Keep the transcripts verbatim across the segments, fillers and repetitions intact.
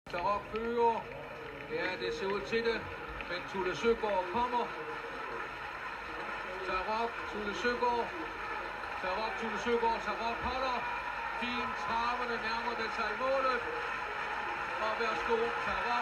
Tarok fører. Ja, det ser ud til det. Men Tulle Søgaard kommer. Tarok, Tulle Søgaard. Tarok, Tulle Søgaard. Tarok holder. Fint traverne nærmer det sig i målet. Og værsgo, Tarok.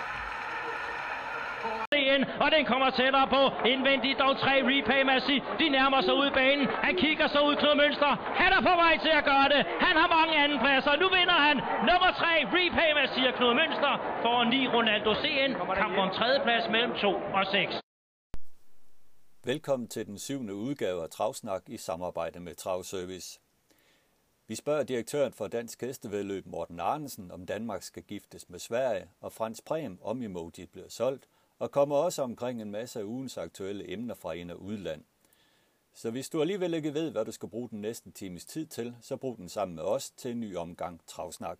Og den kommer tættere på. Indvendigt dog tre Repay Massi. De nærmer sig ud i banen. Han kigger så ud Knud Mønster. Han er på vej til at gøre det. Han har mange andenpladser. Nu vinder han. Nummer tre Repay Massi og Knud Mønster for ni Ronaldo C N. Kamp om tredjeplads mellem to og seks. Velkommen til den syvende udgave af Travsnak i samarbejde med Travservice. Vi spørger direktøren for Dansk Hestevæddeløb Morten Arnesen, om Danmark skal giftes med Sverige, og Frans Prem, om emoji bliver solgt, og kommer også omkring en masse af ugens aktuelle emner fra ind- og udland. Så hvis du alligevel ikke ved, hvad du skal bruge den næste times tid til, så brug den sammen med os til en ny omgang Travsnak.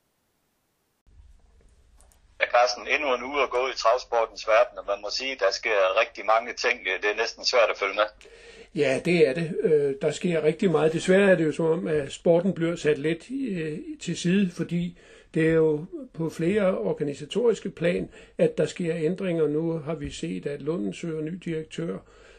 Ja, Carsten, endnu en uge at gå i travsportens verden, og man må sige, at der sker rigtig mange ting. Det er næsten svært at følge med. Ja, det er det. Der sker rigtig meget. Desværre er det jo som om, at sporten bliver sat lidt til side, fordi det er jo på flere organisatoriske plan, at der sker ændringer. Nu har vi set, at Lunden søger ny direktør.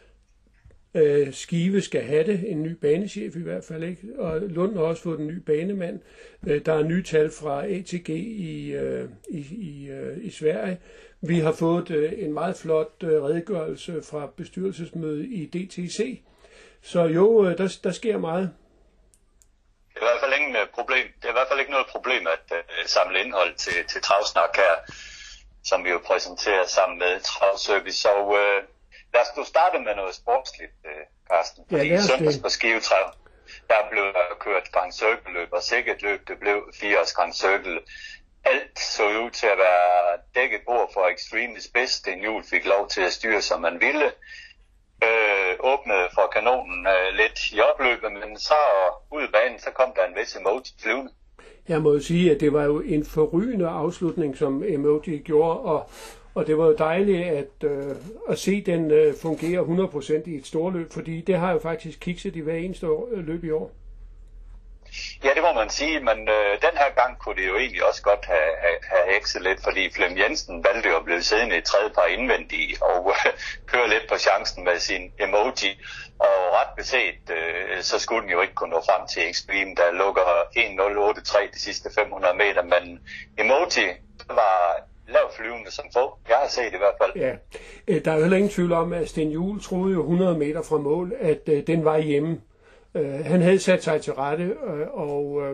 Skive skal have det, en ny banechef i hvert fald, ikke? Og Lund har også fået en ny banemand. Der er nye tal fra A T G i, i, i, i Sverige. Vi har fået en meget flot redegørelse fra bestyrelsesmødet i D T C. Så jo, der, der sker meget. Det er i hvert fald ingen problem. Det er i hvert fald ikke noget problem at uh, samle indhold til, til Travsnak her, som vi jo præsenterer sammen med Travservice. Så uh, lad os nu starte med noget sportsligt, uh, Carsten. Fordi ja, i søndags på Skive Trav, der blev kørt Grand Circle-løb, og sikkert løb det blev fireårs Grand Circle. Alt så ud til at være dækket bord for Extreme Spids. Den hjul fik lov til at styre, som man ville. Øh, åbnede for kanonen øh, lidt i opløbet, men så ud af banen, så kom der en vis emoji flyvende. Jeg må jo sige, at det var jo en forrygende afslutning, som emoji gjorde, og, og det var jo dejligt at, øh, at se den øh, fungere hundrede procent i et storløb, fordi det har jo faktisk kikset i hver eneste år, øh, løb i år. Ja, det må man sige, men øh, den her gang kunne det jo egentlig også godt have, have, have hekset lidt, fordi Flem Jensen valgte jo at blive siddende i tredje par indvendigt og øh, køre lidt på chancen med sin emoji. Og ret beset, øh, så skulle den jo ikke kunne nå frem til Extreme, der lukker en nul otte tre de sidste fem hundrede meter, men emoji var lavt flyvende som få. Jeg har set det i hvert fald. Ja, der er jo heller ingen tvivl om, at Sten Juhl troede jo hundrede meter fra mål, at øh, den var hjemme. Uh, han havde sat sig til rette, uh, og uh,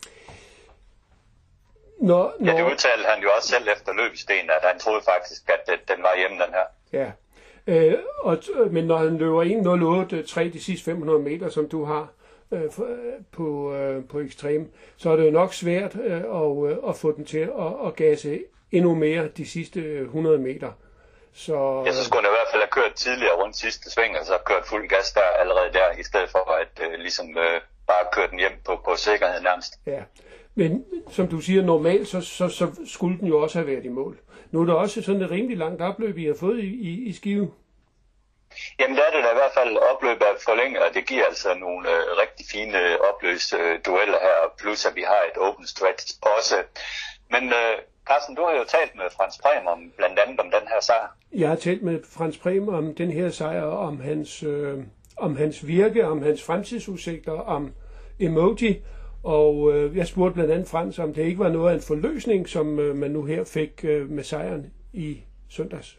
når, når... Ja, det udtalte han jo også selv efter løbestenen, at han troede faktisk, at den var hjemme, den her. Ja, uh, og, men når han løber en nul otte tre de sidste fem hundrede meter, som du har uh, på, uh, på Extreme, så er det jo nok svært uh, at, uh, at få den til at, at gasse endnu mere de sidste hundrede meter. Så... Ja, så skulle han i hvert fald have kørt tidligere rundt sidste sving, og så kørt fuld gas der allerede der, i stedet for at øh, ligesom øh, bare køre den hjem på, på sikkerhed nærmest. Ja, men som du siger, normalt så, så, så skulle den jo også have været i mål. Nu er der også sådan et rimelig langt opløb, I har fået i, i, i Skive. Jamen der er det da i hvert fald opløb af forlænget, og det giver altså nogle øh, rigtig fine opløste øh, dueller her, plus at vi har et open stretch også. Men øh, Carsten, du har jo talt med Frans Prem om blandt andet om den her sejr. Jeg har talt med Frans Prem om den her sejr, om hans, øh, om hans virke, om hans fremtidsudsigter, om emoji. Og øh, jeg spurgte blandt andet Frans, om det ikke var noget af en forløsning, som øh, man nu her fik øh, med sejren i søndags.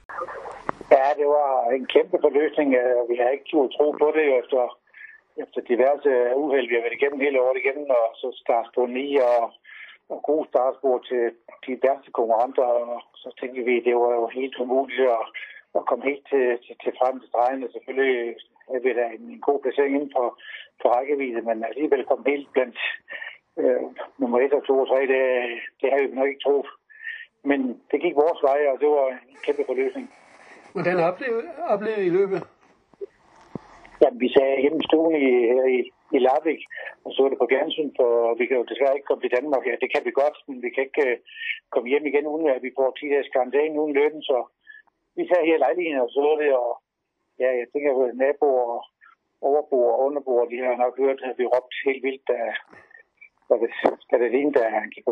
Ja, det var en kæmpe forløsning. Vi har ikke turde tro på det efter, efter diverse uheld, vi har været igennem hele året igennem, og så start på ni og og gode startspor til de værste konkurrenter, og så tænkte vi, at det var jo helt umuligt at, at komme helt til, til, til frem til stregen. Selvfølgelig havde vi da en, en god placering inden på, på rækkevidde, men alligevel kom helt blandt øh, nummer et og to og tre, det, det havde vi nok ikke troet. Men det gik vores vej, og det var en kæmpe forløsning. Hvordan oplevede, oplevede I løbet? Jamen, vi sagde hjemme i stuen i, her i, i Larvik, og så det på fjernsyn, for vi kan jo desværre ikke komme til Danmark. Ja, det kan vi godt, men vi kan ikke uh, komme hjem igen, uden at vi får ti dages karantæne uden løben. Så vi sagde her i lejligheden og så det, og ja, jeg tænker, at naboer, overboer og underboer, de har nok hørt, at vi råbte helt vildt, da, da det, da det lignede, da han gik forbi.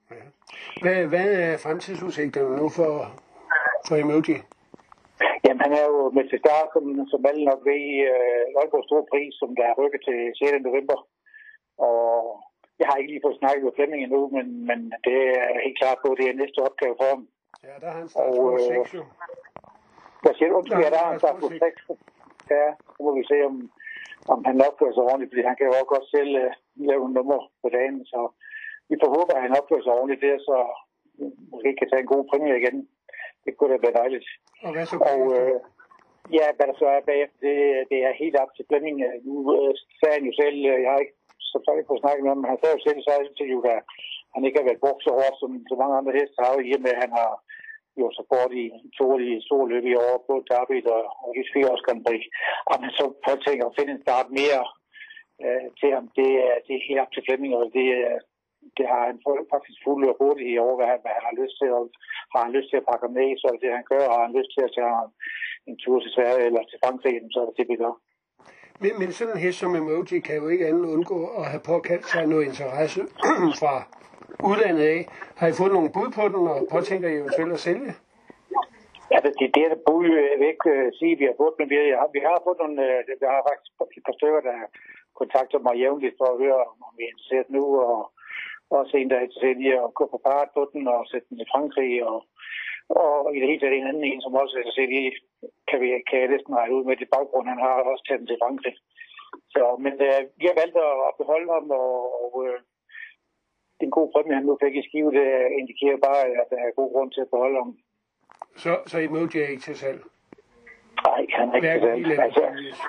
Ja. Hvad, hvad er fremtidsudsigterne nu for, for Emoji? Jamen, han er jo med til start, som, som alle nok ved, øh, Aalborgs store pris, som der er rykket til sjette november. Og jeg har ikke lige fået snakket med Flemming endnu, men, men det er helt klart på, at det er næste opgave for ham. Ja, der har han startet på seks jo. Hvad siger du? Undskyld, ja, der har han startet på seks. Ja, så må vi se, om, om han opfører sig ordentligt, fordi han kan jo også godt selv uh, lave nogle numre på dagen. Så vi får håbe, at han opfører sig ordentligt der, så måske kan tage en god præmie igen. Det kunne da være dejligt. Og hvad så? Og, øh, ja, hvad der så er bagefter, det, det er helt op til Flemming. Nu øh, sagde han jo selv, jeg har ikke så sagt ikke fået snakket med ham, men han sagde jo selv, så til jo, at han ikke har været brugt så hårdt, som så mange andre heste har, i og med, at han har gjort så godt i to af de store løb i år, både Derby og, og de fire Oscar Brik. Om han så påtænker at finde en start mere øh, til ham, det, det er helt op til Flemming, og det, det har han faktisk fuldt og hurtigt i år, hvad han, hvad han har lyst til. Og har han lyst til at pakke ham med, så er det det, han gør, og har han lyst til at tage en tur til Sverige eller til Frankrig, så er det det, vi gør. Men, men sådan en hest som Emoji kan jo ikke andet undgå at have påkaldt sig noget interesse fra udlandet af. Har I fået nogle bud på den, og påtænker I eventuelt at sælge? Ja, det, det er det bud, jeg vil ikke uh, sige, at vi har fået, men vi har, vi har fået nogle, uh, der har faktisk et par stykker, der kontakter mig jævnligt for at høre, om vi er interesseret nu, og også en, der er interesseret i at gå på part på den og sætte den i Frankrig, og, og i det hele taget en anden en, som også er interesseret i, kan, vi, kan jeg næsten regne ud med det baggrund, han har også taget den til Frankrig. Så, men uh, vi har valgt at beholde ham, og, og uh, den gode præmie, han nu fik i Skive, det indikerer bare, at der er god grund til at beholde ham. Så, så Emoji er ikke til salg? Nej, han er ikke til salg. Altså,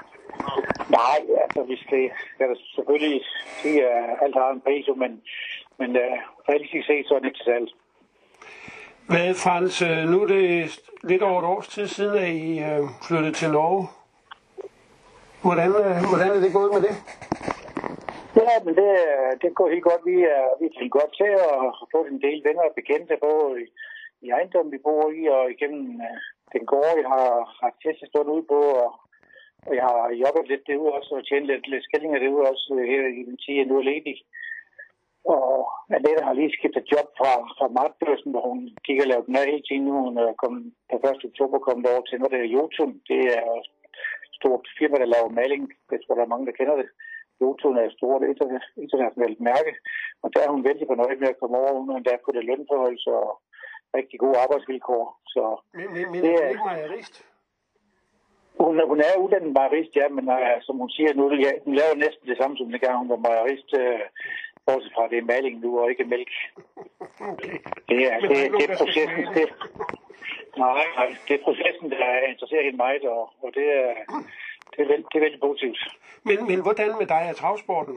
nej, altså vi skal, skal selvfølgelig sige, at alt har en pris, men, men uh, realistisk set, så er det ikke til salg. Hvad, Frans, nu er det lidt over et års tid siden, at I uh, flyttede til Norge. Hvordan, uh, hvordan er det gået med det? Ja, men det, det går helt godt. Vi er, vi er til godt til at få en del venner og bekendte, både i, i ejendommen, vi bor i, og igennem uh, den gård, jeg har, har testet stået ude på, og, og jeg har jobbet lidt derude også, og tjent lidt, lidt skillinger derude også, uh, her i den tid, jeg nu er ledig. Og Annette har lige skiftet job fra, fra Martbørsen, hvor hun gik og lavede den her hele tiden. Nu hun er kommet på første oktober kommet over til noget, der er Jotun. Det er et stort firma, der laver maling. Jeg tror, der er mange, der kender det. Jotun er et stort internationalt mærke, og der er hun vældig fornøjet med at komme over, og der på det lønforhold, så rigtig gode arbejdsvilkår. Så men men, men det er er ikke mejerist? Hun, hun er uddannet mejerist, ja, men uh, som hun siger nu, ja, hun laver næsten det samme, som dengang hun var mejerist, uh, bortset fra det er maling nu, og ikke mælk. Okay. Det er, det, det, det er processen, det, nej, nej, det er processen, der interesserer hende meget, og, og det er, det er, veld, det er vældig positivt. Men, men hvordan med dig er travsporten?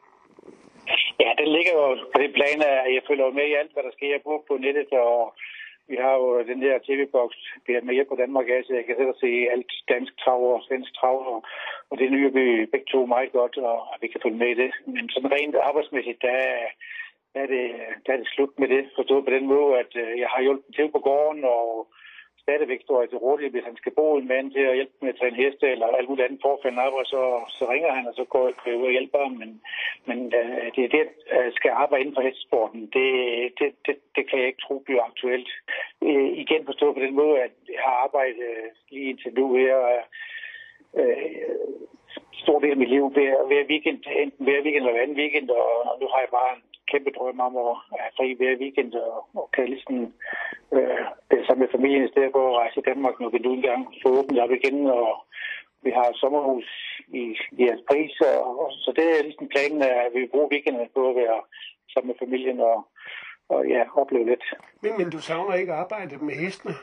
Ja, den ligger jo på det plan, at jeg følger med i alt, hvad der sker. Jeg bor på nettet, og vi har jo den der tv-boks, vi har med hjælp på Danmark af, så jeg kan sætte og se alt dansk trav og svensk trav, og, og det nye vi begge to meget godt, og, og vi kan følge med i det. Men sådan rent arbejdsmæssigt, der, der, er, det, der er det slut med det, forstået på den måde, at jeg har hjulpet til på gården, og stadigvæk står jeg til rådighed, hvis han skal bo en mand til at hjælpe med at træne heste, eller alt muligt andet forfældende arbejde, så, så ringer han, og så går jeg ud og hjælper ham. Men, men uh, det er det, at skal arbejde inden for hestesporten. Det, det, det, det kan jeg ikke tro bliver aktuelt. Uh, igen forstået på den måde, at jeg har arbejdet uh, lige indtil nu her, uh, stor del af mit liv hver, hver weekend, enten hver weekend eller anden weekend, og nu har jeg bare en kæmpe drøm om at have fri hver weekend, og, og kan ligesom øh, det sammen med familien i stedet for at rejse i Danmark, når vi nu engang får åbnet op igen, og vi har et sommerhus i, i jeres pris, og, og, så det er ligesom planen, at vi vil bruge weekenden på at være sammen med familien og, og ja, opleve lidt. Men, men du savner ikke arbejde med hestene?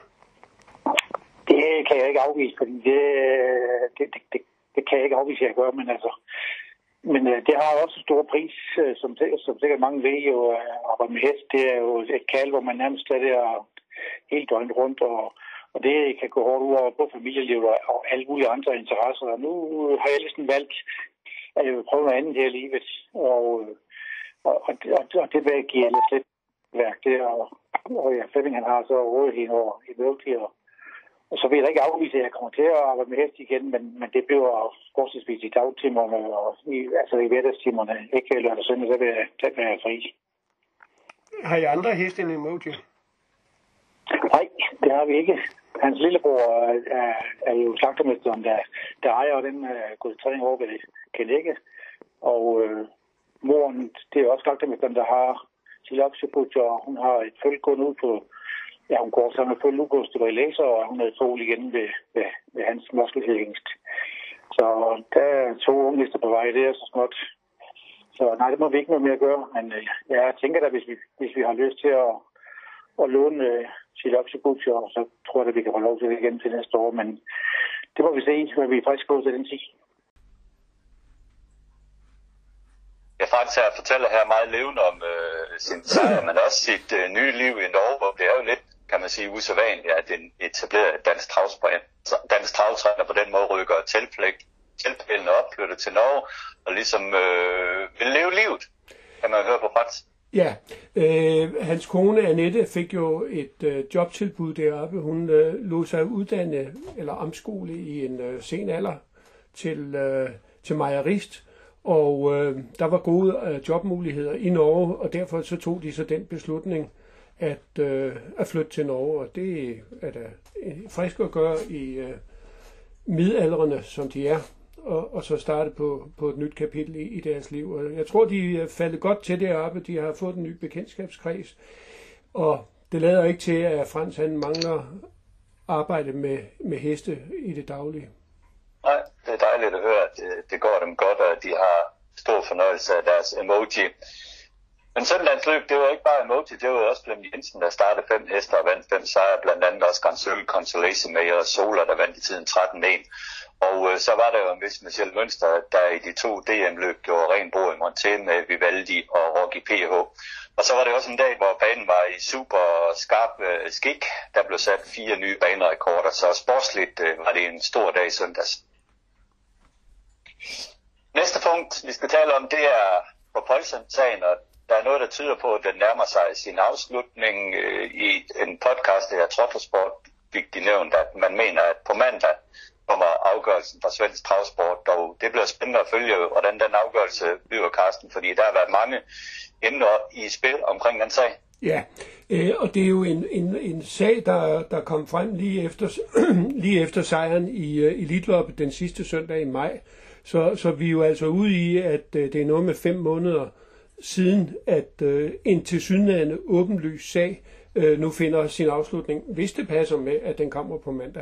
Det kan jeg ikke afvise, fordi det, det, det, det, det kan jeg ikke afvise, at jeg gør, men altså Men øh, det har også en stor pris, øh, som, som sikkert mange ved jo, at arbejde med hest. Det er jo et kald, hvor man nærmest er der helt døgnet rundt, og, og det kan gå hårdt ud over både familieliv og, og alle mulige andre interesser. Og nu har jeg ligesom valgt, at jeg vil prøve noget andet her i livet, og, og, og, og, og det vil jeg give lidt værk der, og, og ja, Flemming han har så rådighed over i møvetider. Og så vil jeg ikke afvise, at jeg kommer til at arbejde med hest igen, men, men det bliver forholdsvis i dagtimerne og i, altså i hverdagstimerne. Ikke lørdag og søndag, der vil, der vil jeg fri. Har I andre heste end Emoji? Nej, det har vi ikke. Hans lillebror er, er, er jo slagtermesteren, der, der ejer den uh, gået til træning over ved Kenække. Og øh, moren, det er også slagtermesteren, der har Silopsebutcher, og hun har et følge gået ud på, ja, hun går sammen med følge ud på Støvrelæser, og hun er fål igen ved, ved, ved hans muskelhængst. Så der er to unglister på vej, det er så småt. Så nej, det må vi ikke noget mere at gøre, men øh, jeg tænker da, hvis vi, hvis vi har lyst til at, at låne øh, Silopsebutcher, så tror jeg, at vi kan få lov til det igen til næste år, men det må vi se, hvad vi er friske på til den tid. Jeg faktisk har fortæller her meget levende om øh, sin sejr, men også sit øh, nye liv i Norge, hvor det er jo lidt, kan man sige, usædvanligt, at en etableret dansk travspræm, dansk travtræner på den måde rykker tilpælene op, flytter til Norge, og ligesom øh, vil leve livet, kan man høre på Frans. Ja, øh, hans kone Annette fik jo et øh, jobtilbud deroppe. Hun øh, lod sig uddanne, eller omskole i en øh, sen alder til, øh, til mejerist. Og øh, der var gode øh, jobmuligheder i Norge, og derfor så tog de så den beslutning at, øh, at flytte til Norge. Og det er da frisk at gøre i øh, midaldrende, som de er, og, og så starte på, på et nyt kapitel i, i deres liv. Og jeg tror, de er faldet godt til deroppe. De har fået en ny bekendtskabskreds, og det lader ikke til, at Frans han mangler arbejde med, med heste i det daglige. Nej, det er dejligt at høre, at det, det går dem godt, og at de har stor fornøjelse af deres Emoji. Men søndagens løb, det var ikke bare Emoji, det var også Flemming Jensen, der startede fem hester og vandt fem sejre, blandt andet også Grand Sølv, Consolation Mayer og Sola, der vandt i tiden tretten en. Og øh, så var der jo en vis Michel Mønster, der i de to D M-løb gjorde ren bord i Monté med Vivaldi og Rocky P H. Og så var det også en dag, hvor banen var i super skarp øh, skik. Der blev sat fire nye banerekorder, så sportsligt øh, var det en stor dag i søndags. Næste punkt, vi skal tale om, det er Propulsion-sagen, og der er noget, der tyder på, at den nærmer sig sin afslutning. Øh, I en podcast, der er Trottosport, fik de nævnt, at man mener, at på mandag kommer afgørelsen fra Svensk Travsport, og det bliver spændende at følge, hvordan den afgørelse bliver, Carsten, fordi der har været mange emner i spil omkring den sag. Ja, øh, og det er jo en, en, en sag, der, der kom frem lige efter, lige efter sejren i uh, Elitloppet den sidste søndag i maj. Så, så vi er jo altså ude i, at uh, det er noget med fem måneder siden, at uh, en tilsyneladende åbenlys sag uh, nu finder sin afslutning, hvis det passer med, at den kommer på mandag.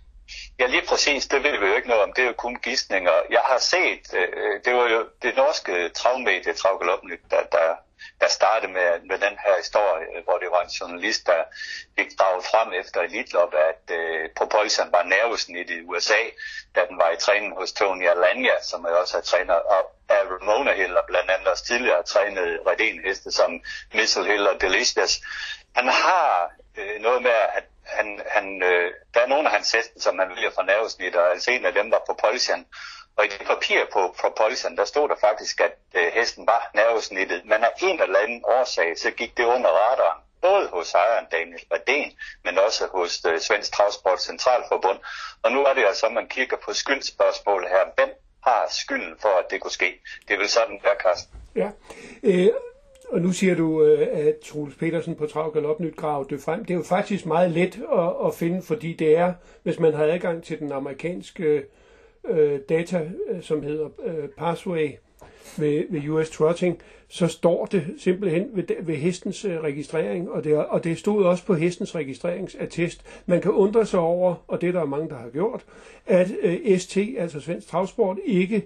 Ja, lige præcis. Det ved vi jo ikke noget om. Det er jo kun gidsninger. Jeg har set, øh, det var jo det norske travmedie, Travgalopnyt, der, der, der startede med, med den her historie, hvor det var en journalist, der fik draget frem efter Elitlop, at øh, Propulsion var nervesnit i U S A, da den var i træning hos Tony Alanya, som er også er træner af Ramona Hill, og blandt andet også tidligere trænet redenheste som Missile Hill og Delicious. Han har øh, noget med, at Han, han, øh, der er nogle af hans heste, som man vælger fra nervesnit, og altså en af dem var Propulsion. Og i det papir på Propulsion, der stod der faktisk, at øh, hesten var nervesnittet. Men af en eller anden årsag, så gik det under radaren. Både hos ejeren Daniel Redén, men også hos øh, Svensk Travsport Centralforbund. Og nu er det altså, at man kigger på skyldspørgsmålet her. Hvem har skylden for, at det kunne ske? Det er vel sådan, der, Carsten. Ja, øh... Og nu siger du, at Troels Petersen på Travgalopnyt gravede det frem. Det er jo faktisk meget let at, at finde, fordi det er, hvis man har adgang til den amerikanske øh, data, som hedder øh, Pathway ved, ved U S Trotting, så står det simpelthen ved, ved hestens øh, registrering, og det, og det stod også på hestens registreringsattest. Man kan undre sig over, og det er der mange, der har gjort, at øh, S T, altså Svensk Travsport, ikke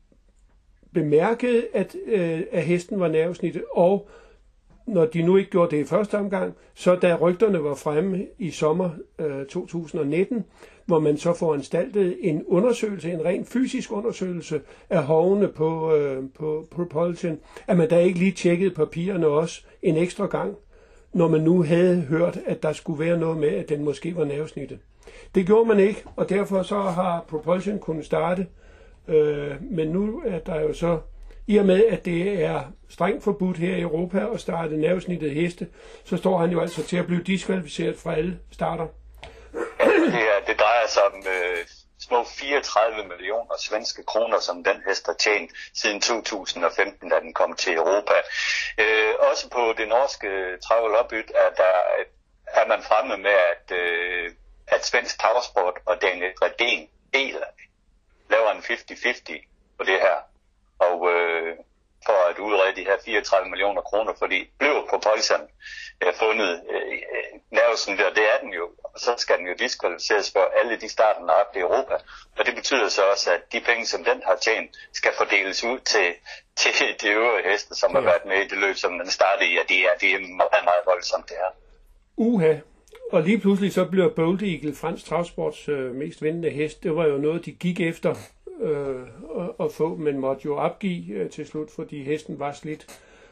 bemærkede, at, øh, at hesten var nervesnittet, og når de nu ikke gjorde det i første omgang, så da rygterne var fremme i sommer øh, to tusind nitten, hvor man så foranstaltede en undersøgelse, en ren fysisk undersøgelse af hovene på, øh, på Propulsion, at man da ikke lige tjekkede papirerne også en ekstra gang, når man nu havde hørt, at der skulle være noget med, at den måske var nervesnittet. Det gjorde man ikke, og derfor så har Propulsion kunnet starte. Øh, men nu er der jo så, i og med at det er strengt forbudt her i Europa at starte nervesnittede heste, så står han jo altså til at blive diskvalificeret fra alle starter. Ja, det, er, det drejer sig om øh, små fireogtredive millioner svenske kroner, som den hest har tjent siden to tusind og femten, da den kom til Europa. Øh, også på det norske Travel Opbyt er, der, er man fremme med, at, øh, at Svensk Travsport og Daniel Redén deler laver en halvtreds halvtreds på det her. Og øh, for at udrede de her fireogtredive millioner kroner, fordi blev Propulsion øh, fundet øh, nervesen der, det er den jo, og så skal den jo diskvalificeres for alle de starten op i Europa. Og det betyder så også, at de penge, som den har tjent, skal fordeles ud til, til de øvrige heste, som ja. har været med i det løb, som den startede i, og det er, det er meget, meget voldsomt det her. Uha. Og lige pludselig så bliver Bold Eagle Fransk Travsports øh, mest vindende hest. Det var jo noget, de gik efter øh, at, at få, men måtte jo opgive øh, til slut, fordi hesten var slidt.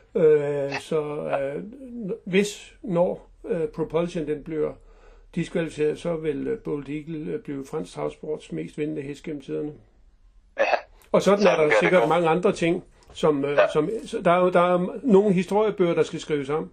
Øh, så øh, hvis når øh, Propulsion den bliver diskvalificeret, så vil øh, Bold Eagle øh, blive Fransk Travsports mest vindende hest gennem tiderne. Ja. Og sådan er der sikkert mange andre ting, som, øh, ja. som der er jo der er nogle historiebøger, der skal skrives om.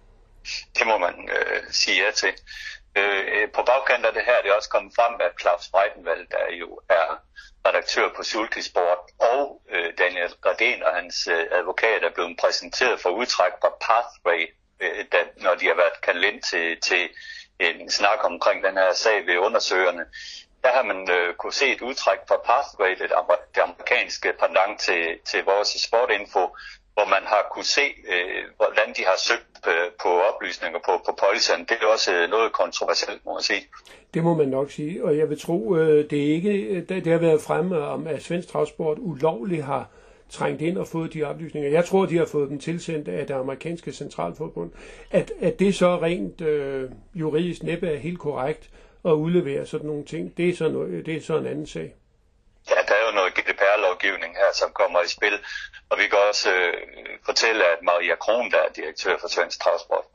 Det må man øh, sige ja til. Øh, på bagkant af det her er det også kommet frem, at Claus Breitenvald, der jo er redaktør på Sulky-Sport, og øh, Daniel Redén og hans øh, advokat er blevet præsenteret for udtræk fra Pathway, øh, da, når de har været kaldt ind til, til en snak omkring den her sag ved undersøgerne. Der har man øh, kunne se et udtræk fra Pathway, det, amer- det amerikanske pendant til, til vores sportinfo, hvor man har kunne se, øh, hvordan de har søgt øh, på oplysninger på, på Propulsion. Det er også noget kontroversielt, må man sige. Det må man nok sige, og jeg vil tro, øh, det er ikke, det, det har været fremme om, at Svensk Travsport ulovligt har trængt ind og fået de oplysninger. Jeg tror, de har fået dem tilsendt af det amerikanske centralforbund. At, at det så rent øh, juridisk næppe er helt korrekt at udlevere sådan nogle ting, det er så, noget, det er så en anden sag. Ja, der er jo noget G D P R-lovgivning her, som kommer i spil. Og vi kan også øh, fortælle, at Maria Kron, der er direktør for Svensk Travsport,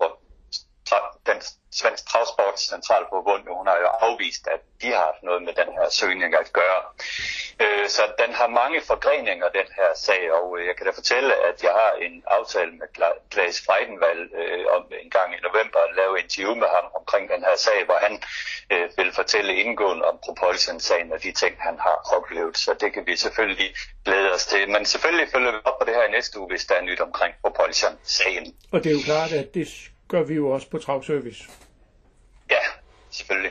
den Svensk Travsports centralforbund, hun har jo afvist, at de har haft noget med den her søgning at gøre. Øh, så den har mange forgreninger, den her sag, og jeg kan da fortælle, at jeg har en aftale med Claus Breitenvald øh, om en gang i november at lave interview med ham omkring den her sag, hvor han øh, vil fortælle indgående om Propulsion-sagen og de ting, han har oplevet. Så det kan vi selvfølgelig glæde os til. Men selvfølgelig følger vi op på det her i næste uge, hvis der er nyt omkring Propulsion-sagen. Og det er jo klart, at det gør vi jo også på Travservice. Ja, selvfølgelig.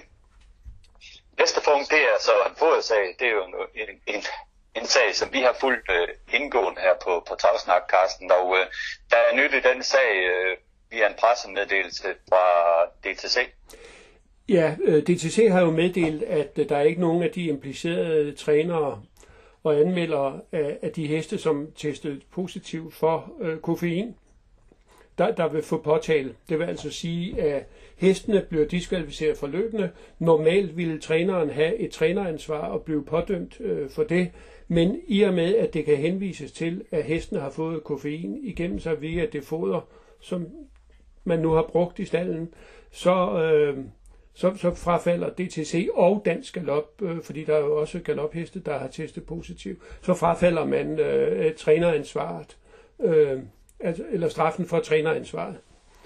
Næste punkt, det er så en fodersag. Det er jo en, en, en sag, som vi har fulgt øh, indgående her på, på Travsnak, Carsten. Og øh, der er nyt i den sag øh, via en pressemeddelelse fra D T C. Ja, øh, D T C har jo meddelt, at øh, der er ikke nogen af de implicerede trænere og anmeldere af, af de heste, som testede positivt for øh, koffein, Der, der vil få påtale. Det vil altså sige, at hestene bliver diskvalificeret for løbende. Normalt ville træneren have et træneransvar og blive pådømt øh, for det, men i og med, at det kan henvises til, at hestene har fået koffein igennem sig via det foder, som man nu har brugt i stallen, så, øh, så, så frafalder D T C og Dansk Galop, øh, fordi der er jo også galopheste, der har testet positivt, så frafalder man øh, træneransvaret. Øh, Altså, eller straffen for træneransvaret.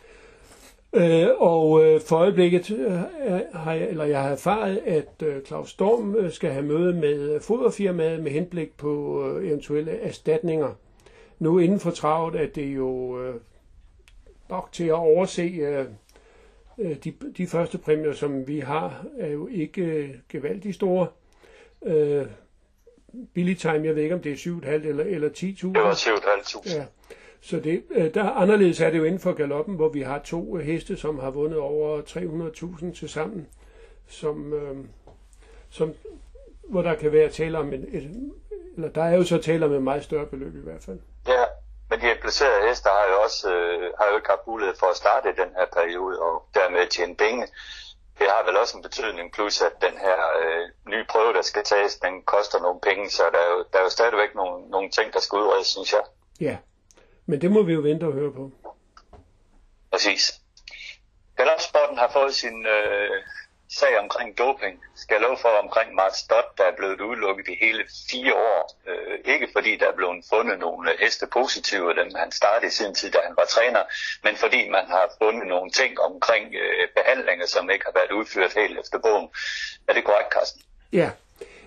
Øh, og øh, for øjeblikket øh, har jeg, eller jeg har erfaret, at øh, Claus Storm øh, skal have møde med foderfirmaet med henblik på øh, eventuelle erstatninger. Nu inden for travet er det jo øh, nok til at overse øh, de, de første præmier, som vi har, er jo ikke øh, gevaldigt store. Øh, Billy Time, jeg ved ikke, om det er syv komma fem eller, eller ti tusind. Det var syv komma fem tusind. Ja. Så det, der anderledes er det jo inden for galoppen, hvor vi har to heste, som har vundet over tre hundrede tusind til sammen, som, øh, som, hvor der kan være tale om en, et, eller der er jo så tale om et meget større beløb i hvert fald. Ja, men de implicerede heste har jo også øh, har jo ikke haft mulighed for at starte den her periode og dermed tjene penge. Det har vel også en betydning, plus at den her øh, nye prøve, der skal tages, den koster nogle penge, så der er jo, der er jo stadigvæk nogle, nogle ting, der skal udredes, synes jeg. Ja. Men det må vi jo vente og høre på. Præcis. Galopsporten har fået sin øh, sag omkring doping. Skal jeg love for omkring Mark Stott, der er blevet udelukket i hele fire år. Øh, ikke fordi der er blevet fundet nogle heste positive, dem han startede i sin tid, da han var træner, men fordi man har fundet nogle ting omkring øh, behandlinger, som ikke har været udført helt efter bogen. Er det korrekt, Carsten? Ja.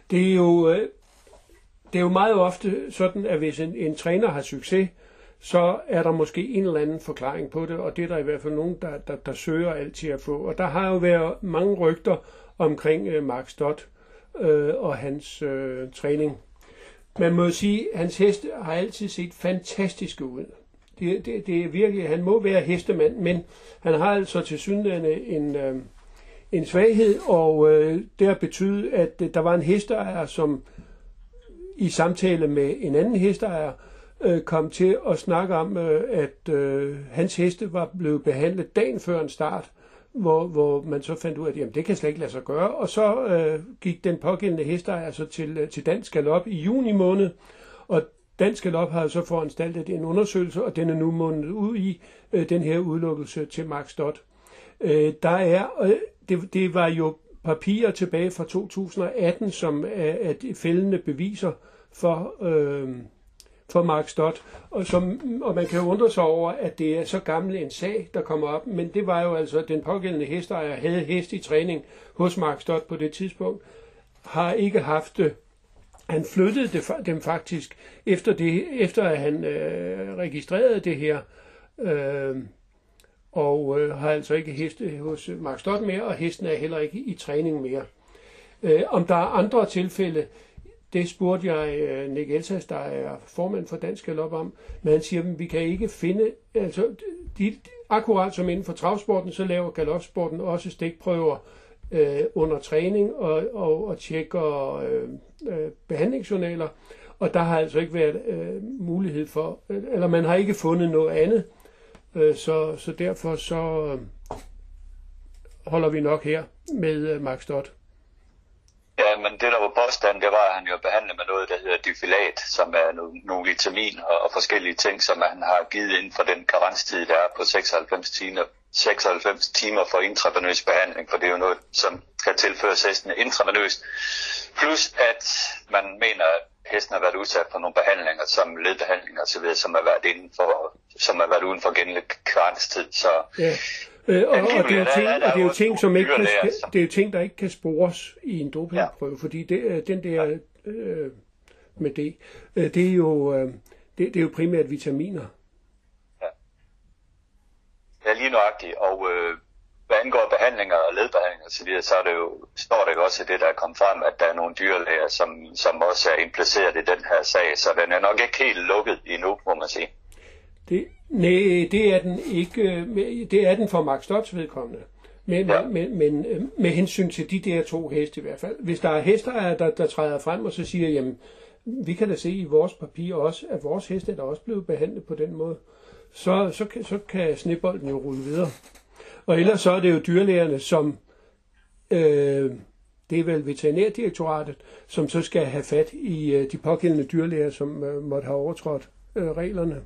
Det er jo, det er jo meget ofte sådan, at hvis en, en træner har succes, så er der måske en eller anden forklaring på det, og det er der i hvert fald nogen, der, der, der søger altid at få. Og der har jo været mange rygter omkring uh, Mark Stott øh, og hans øh, træning. Man må jo sige, at hans heste har altid set fantastiske ud. Det, det, det er virkelig, han må være hestemand, men han har altså tilsyneladende en, øh, en svaghed, og øh, det har betydet, at øh, der var en hesteejer, som i samtale med en anden hesteejer øh, kom til at snakke om, øh, at øh, hans heste var blevet behandlet dagen før en start, hvor, hvor man så fandt ud af, at jamen, det kan slet ikke lade sig gøre. Og så øh, gik den pågældende hesteejer så til, til Dansk Galop i juni måned, og Dansk Galop har så foranstaltet en undersøgelse, og den er nu mundet ud i øh, den her udelukkelse til Mark Stott. Øh, der er, øh, det, det var jo papirer tilbage fra to tusind og atten, som er, er fældende beviser for, øh, for Mark Stott, og, som, og man kan jo undre sig over, at det er så gammel en sag, der kommer op, men det var jo altså, den pågældende hesteejer havde hest i træning hos Mark Stott på det tidspunkt, har ikke haft det. Han flyttede det, dem faktisk, efter, det, efter at han øh, registrerede det her, øh, og øh, har altså ikke heste hos Mark Stott mere, og hesten er heller ikke i træning mere. Øh, om der er andre tilfælde, det spurgte jeg øh, Nick Elsas, der er formand for Dansk Galop om, men han siger, at vi kan ikke finde, altså de, akkurat som inden for travsporten, så laver galopsporten også stikprøver øh, under træning og, og, og tjekker øh, øh, behandlingsjournaler, og der har altså ikke været øh, mulighed for, øh, eller man har ikke fundet noget andet, øh, så, så derfor så øh, holder vi nok her med øh, Mark Stott. Ja, men det der var påstand, det var, at han jo behandlet med noget, der hedder Dyfilat, som er nogle, nogle vitamin og, og forskellige ting, som han har givet inden for den karenstid, der er på seksoghalvfems timer, seksoghalvfems timer for intravenøs behandling, for det er jo noget, som kan tilføres hesten intravenøst. Plus at man mener, at hesten har været udsat for nogle behandlinger, som ledbehandlinger osv., som har været inden for, som har været uden for gældende karenstid. Så ja. Øh, og, og, det er jo ting, og det er jo ting, som ikke kan, det er jo ting, der ikke kan spores i en dopingprøve, ja. Fordi det, den der øh, med det, øh, det er jo øh, det, det er jo primært vitaminer. Ja, ja lige nøjagtigt. Og øh, hvad angår behandlinger og ledbehandlinger osv., så, så er det jo, står det jo også i det, der er kommet frem, at der er nogle dyrlæger, som, som også er impliceret i den her sag, så den er nok ikke helt lukket endnu, må man sige. Det, nej, det er den ikke. Det er den for Mark Stotts vedkommende. Men, ja. men, men med hensyn til de der to heste i hvert fald. Hvis der er hester, der, der træder frem og så siger, jamen, vi kan da se i vores papir også, at vores heste er der også blevet behandlet på den måde, så, så, kan, så kan snebolden jo rulle videre. Og ellers så er det jo dyrlægerne, som, øh, det er vel veterinærdirektoratet, som så skal have fat i øh, de pågældende dyrlæger, som øh, måtte have overtrådt øh, reglerne.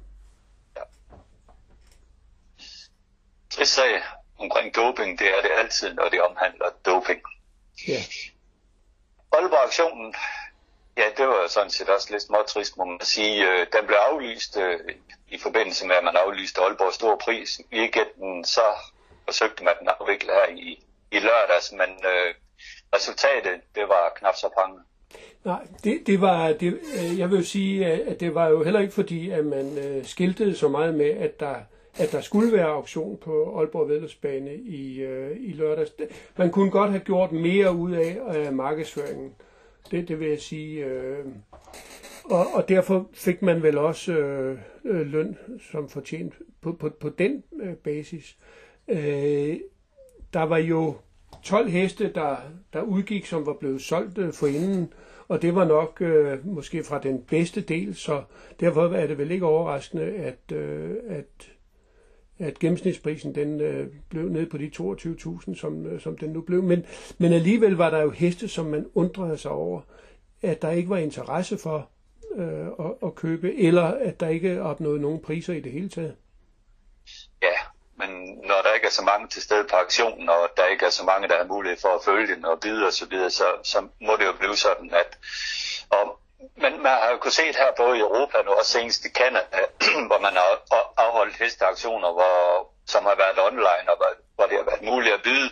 Trist sag omkring doping, det er det altid, når det omhandler doping. Ja. Aalborg-aktionen, ja, det var sådan set også lidt småtrist, må man sige. Den blev aflyst i forbindelse med, at man aflyste Aalborgs store pris. I weekenden så forsøgte man den afvikle her i, i lørdags, men øh, resultatet, det var knap så prangende. Nej, det, det var, det, jeg vil jo sige, at det var jo heller ikke fordi, at man øh, skiltede så meget med, at der at der skulle være auktion på Aalborg Væddeløbsbane i, øh, i lørdags. Man kunne godt have gjort mere ud af øh, markedsføringen. Det, det vil jeg sige. Øh, og, og derfor fik man vel også øh, øh, løn som fortjent på, på, på den øh, basis. Øh, der var jo tolv heste, der, der udgik, som var blevet solgt øh, forinden, og det var nok øh, måske fra den bedste del, så derfor er det vel ikke overraskende, at, øh, at at gennemsnitsprisen den øh, blev ned på de toogtyve tusind, som, øh, som den nu blev. Men, men alligevel var der jo heste, som man undrede sig over, at der ikke var interesse for øh, at, at købe, eller at der ikke opnåede nogen priser i det hele taget. Ja, men når der ikke er så mange til stede på aktionen, og der ikke er så mange, der har mulighed for at følge den og bide og så videre, så, så må det jo blive sådan, at og men man har jo kunnet se her både i Europa og også senest i Canada, hvor man har afholdt hesteaktioner, hvor, som har været online, og hvor, hvor det har været muligt at byde.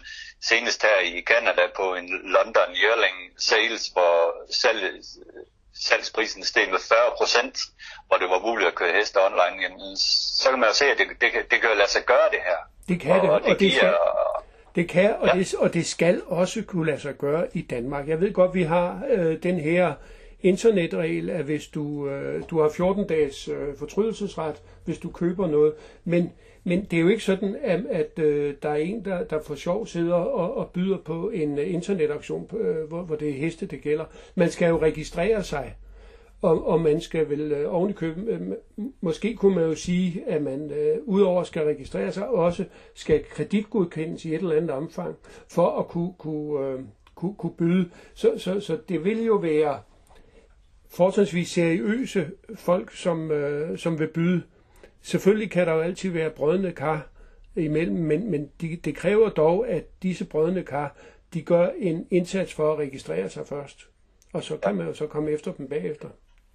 senest her i Canada på en London Yearling Sales, hvor salg, salgsprisen steg med fyrre procent, hvor det var muligt at køre heste online, jamen, så kan man jo se, at det, det, det kan jo lade sig gøre det her. Det kan det, og, og det, det, giver, skal, det kan, og, ja. det, og det skal også kunne lade sig gøre i Danmark. Jeg ved godt, vi har øh, den her internetregel, at hvis du, øh, du har fjorten dages øh, fortrydelsesret, hvis du køber noget, men Men det er jo ikke sådan, at, at øh, der er en, der, der for sjov sidder og, og byder på en uh, internetauktion, øh, hvor, hvor det er heste, det gælder. Man skal jo registrere sig, og, og man skal vel øh, oven i køben, øh, måske kunne man jo sige, at man øh, udover skal registrere sig, også skal kreditgodkendes i et eller andet omfang, for at kunne, kunne, øh, kunne, kunne byde. Så, så, så det vil jo være fortrinsvis seriøse folk, som, øh, som vil byde. Selvfølgelig kan der jo altid være brødne kar imellem, men, men de, det kræver dog, at disse brødne kar, de gør en indsats for at registrere sig først. Og så kan man jo så komme efter dem bagefter.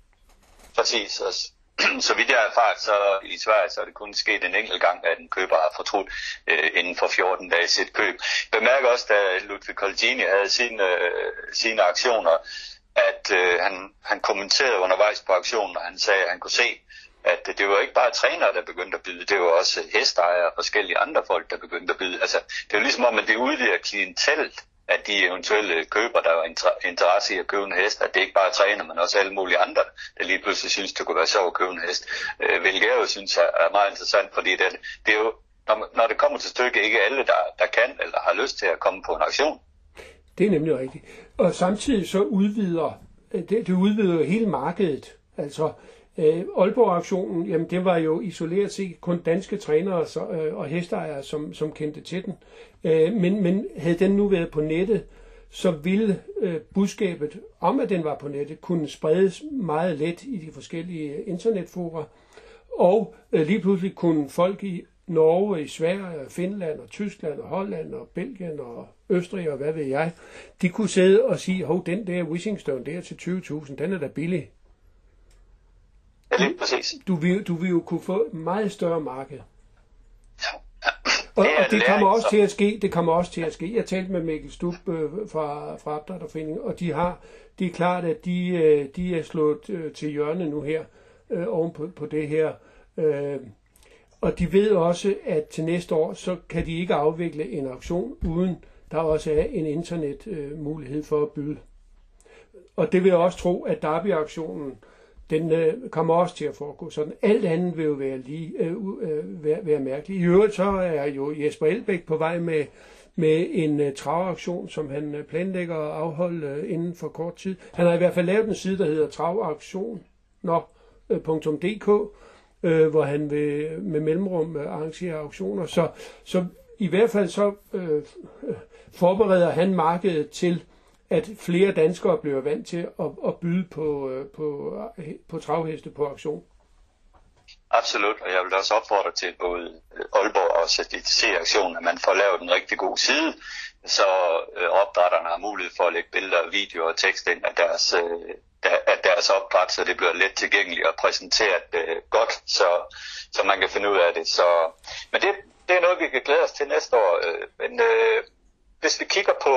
Præcis. Og så vidt jeg har erfaret, så i Sverige, så er det kun sket en enkelt gang, at en køber har fortrudt øh, inden for fjorten dage sit køb. Bemærk også, da Ludwig Colgjini havde sine, øh, sine aktioner, at øh, han, han kommenterede undervejs på aktionen, og han sagde, at han kunne se, at det var ikke bare trænere, der begyndte at byde, det var også hesteejere og forskellige andre folk, der begyndte at byde. Altså, det er jo ligesom om, at det udvider klientellet af de eventuelle køber, der var interesse i at købe en hest, at det ikke bare er træner, men også alle mulige andre, der lige pludselig synes, det kunne være sjovt at købe en hest. Øh, hvilket jeg jo synes er meget interessant, fordi det, det er jo, når, når det kommer til stykket, ikke alle, der, der kan eller har lyst til at komme på en aktion. Det er nemlig rigtigt. Og samtidig så udvider, det, det udvider jo hele markedet. Altså, Øh, Aalborg-aktionen, jamen det var jo isoleret set kun danske trænere så, øh, og hesteejere, som, som kendte til den. Øh, men, men havde den nu været på nettet, så ville øh, budskabet om, at den var på nettet, kunne spredes meget let i de forskellige internetfora. Og øh, lige pludselig kunne folk i Norge, i Sverige, Finland og Tyskland og Holland og Belgien og Østrig og hvad ved jeg, de kunne sidde og sige, hov, den der Wishingstone der til tyve tusind, den er da billig. Ja, lige præcis. Du vil, du vil jo kunne få et meget større marked. Ja. Og, og det kommer også til at ske. Det kommer også til at ske. Jeg talte med Mikkel Stub øh, fra, fra Opdrætterforeningen, og de har, det er klart, at de, øh, de er slået øh, til hjørne nu her øh, oven på, på det her. Øh, og de ved også, at til næste år, så kan de ikke afvikle en auktion, uden der også er en internet øh, mulighed for at byde. Og det vil jeg også tro, at Derby-auktionen, den øh, kommer også til at foregå sådan. Alt andet vil jo være, lige, øh, øh, være, være mærkeligt. I øvrigt så er jo Jesper Elbæk på vej med, med en øh, travauktion, som han øh, planlægger at afholde øh, inden for kort tid. Han har i hvert fald lavet en side, der hedder travauktioner punktum d k, øh, hvor han vil med mellemrum øh, arrangere auktioner. Så, så i hvert fald så øh, forbereder han markedet til, at flere danskere bliver vant til at, at byde på, på, på travheste på auktion. Absolut, og jeg vil også opfordre til både Aalborg og C D C-aktionen, at man får lavet en rigtig god side, så opdrætterne har mulighed for at lægge billeder, videoer og tekst ind af deres, af deres opdræt, så det bliver let tilgængeligt og præsenteret godt, så, så man kan finde ud af det. Så, men det, det er noget, vi kan glæde os til næste år. Men øh, hvis vi kigger på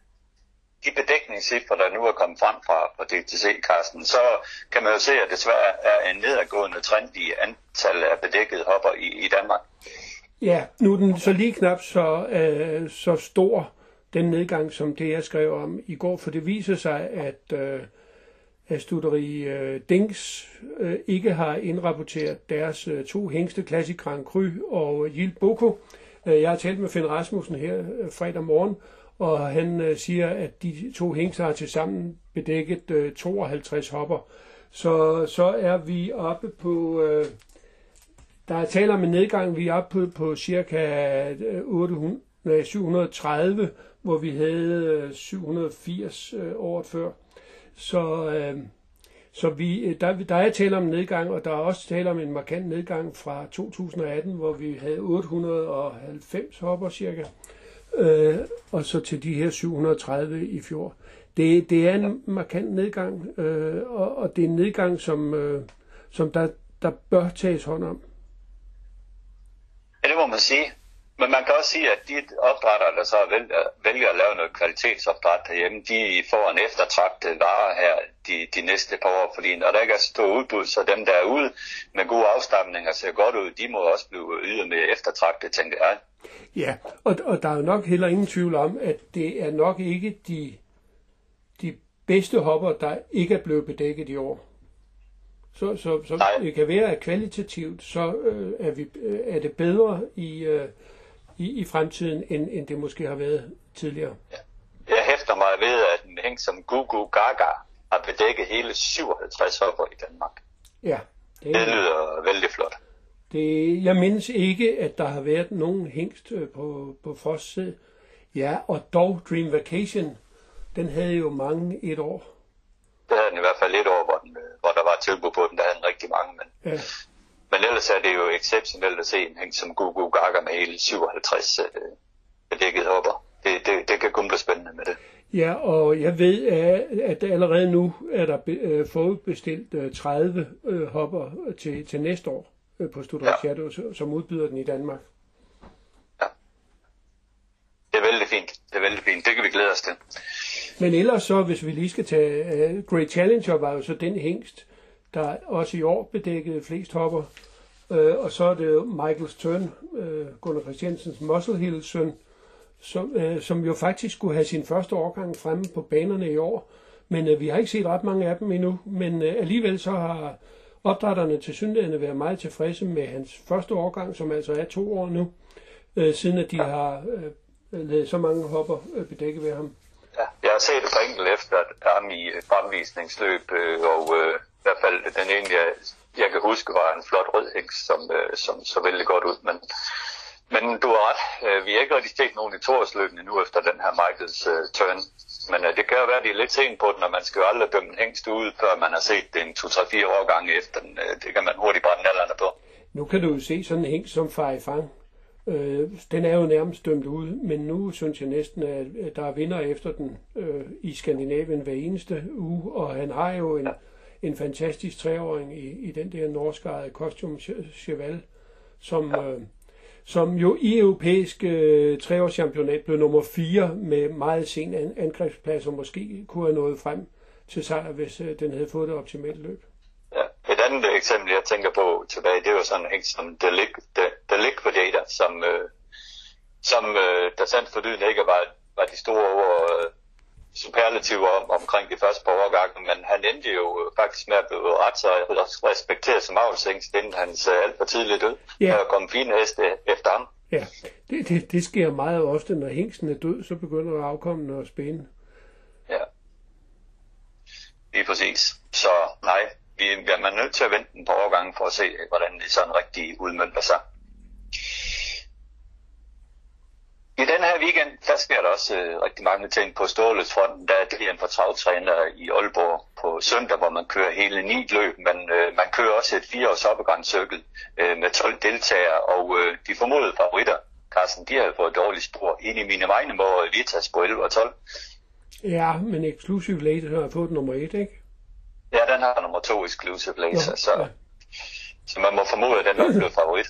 de bedækningscifre, der nu er kommet frem fra, fra D T C, Carsten, så kan man jo se, at desværre er en nedadgående trend i antallet af bedækkede hopper i, i Danmark. Ja, nu er den så lige knap så, øh, så stor, den nedgang, som det jeg skrev om i går, for det viser sig, at, øh, at studeri øh, Dings øh, ikke har indrapporteret deres øh, to hængste, Classic Grand Cru og Yield Boko. Øh, jeg har talt med Finn Rasmussen her øh, fredag morgen, og han øh, siger, at de to hængster har til sammen bedækket øh, tooghalvtreds hopper. Så, så er vi oppe på, øh, der er tale om en nedgang, vi er oppe på, på cirka otte hundrede, nej, syv hundrede og tredive, hvor vi havde øh, syv hundrede og firs øh, året før. Så, øh, så vi, der, der er tale om en nedgang, og der er også tale om en markant nedgang fra to tusind og atten, hvor vi havde otte hundrede og halvfems hopper cirka. Øh, og så til de her syv hundrede og tredive i fjor. Det, det er en markant nedgang, øh, og, og det er en nedgang, som, øh, som der, der bør tages hånd om. Ja, det må man sige. Men man kan også sige, at de opdrættere, der så vælger, vælger at lave noget kvalitetsopdræt herhjemme, de får en eftertragtet vare her de, de næste par år. Fordi når der ikke er så stor udbud, så dem, der er ude med gode afstamninger ser godt ud, de må også blive ydermere eftertragtet, tænker jeg. Ja, og, og der er jo nok heller ingen tvivl om, at det er nok ikke de, de bedste hopper, der ikke er blevet bedækket i år. Så, så, så det kan være, at kvalitativt, så øh, er, vi, øh, er det bedre i, øh, i, i fremtiden, end, end det måske har været tidligere. Ja. Jeg hæfter mig ved, at en hæng som Gugu Gaga har bedækket hele syvoghalvtreds hopper i Danmark. Ja. Det, det lyder vældig flot. Det, jeg mindes ikke, at der har været nogen hængst på, på Fosse. Ja, og dog Dream Vacation, den havde jo mange et år. Det havde den i hvert fald et år, hvor, den, hvor der var tilbud på den, der havde den rigtig mange. Men, ja. men ellers er det jo exceptionelt at se en hæng som Gugu Gaga med hele syvoghalvtreds øh, bedækket hopper. Det, det, det kan kun blive spændende med det. Ja, og jeg ved, at allerede nu er der øh, forudbestilt øh, tredive øh, hopper til, til næste år øh, på Stuttgart ja. Shadow, som udbyder den i Danmark. Ja. Det er vældig fint. Det er vældig fint. Det kan vi glæde os til. Men ellers så, hvis vi lige skal tage, uh, Great Challenger var jo så den hængst, der også i år bedækkede flest hopper. Uh, og så er det jo Michael Stern, uh, Gunnar Christiansens Muscle Hill søn, som, uh, som jo faktisk skulle have sin første årgang fremme på banerne i år. Men uh, vi har ikke set ret mange af dem endnu. Men uh, alligevel så har opdrætterne til synligheden været meget tilfredse med hans første årgang, som altså er to år nu, uh, siden at de har uh, lavet så mange hopper uh, bedækket ved ham. Ja, jeg har set et par enkelt efter ham i fremvisningsløb, øh, og øh, i hvert fald den ene, jeg, jeg kan huske, var en flot rød hængst, som, øh, som så vældig godt ud. Men, men du har ret, øh, vi har ikke rigtig set nogen i toårsløbene nu efter den her Michaels øh, turn. Men øh, det kan jo være, at de er lidt sent på den, og man skal jo aldrig dømme en hængst ud, før man har set den to tre fire år gange efter den. Øh, det kan man hurtigt brænde nallerne på. Nu kan du jo se sådan en hængst som Fai Fang. Øh, den er jo nærmest dømt ud, men nu synes jeg næsten, at der er vinder efter den øh, i Skandinavien hver eneste uge, og han har jo en, en fantastisk treåring i, i den der norskejede Costume Cheval, som, øh, som jo i europæisk øh, treårschampionat blev nummer fire med meget sen an- angrebsplads, og måske kunne have nået frem til sejr, hvis øh, den havde fået det optimalt løb. Ja, et andet eksempel, jeg tænker på tilbage, det er jo sådan en som The, The, The Liquidator, som, øh, som øh, der sandt for dyden ikke var, var de store øh, superlativer om, omkring de første par årgange, men han endte jo faktisk med at blive ret så respekteret som avlshængst, inden hans øh, alt for tidligt død. Ja. Der kom fine heste efter ham. Ja, det, det, det sker meget ofte, når hængsten er død, så begynder afkommende at spænde. Ja, lige præcis. Så nej, vi er man nødt til at vente en par årgange for at se, hvordan det sådan rigtig udmønter sig. I den her weekend, der sker der også øh, rigtig mange ting på ståløbsfronten. Der er det en for travtræner i Aalborg på søndag, hvor man kører hele ni løb, men øh, man kører også et fireårs oppegrænssøkkel øh, med tolv deltagere, og øh, de formodede favoritter, Carsten, de har fået dårligt spor. En i mine vegne må Vitas på elleve og tolv. Ja, men Exclusive Later har fået nummer et, ikke? Ja, den har nummer to Exclusive Later, ja, så, ja. så man må formode, at den er blevet favorit.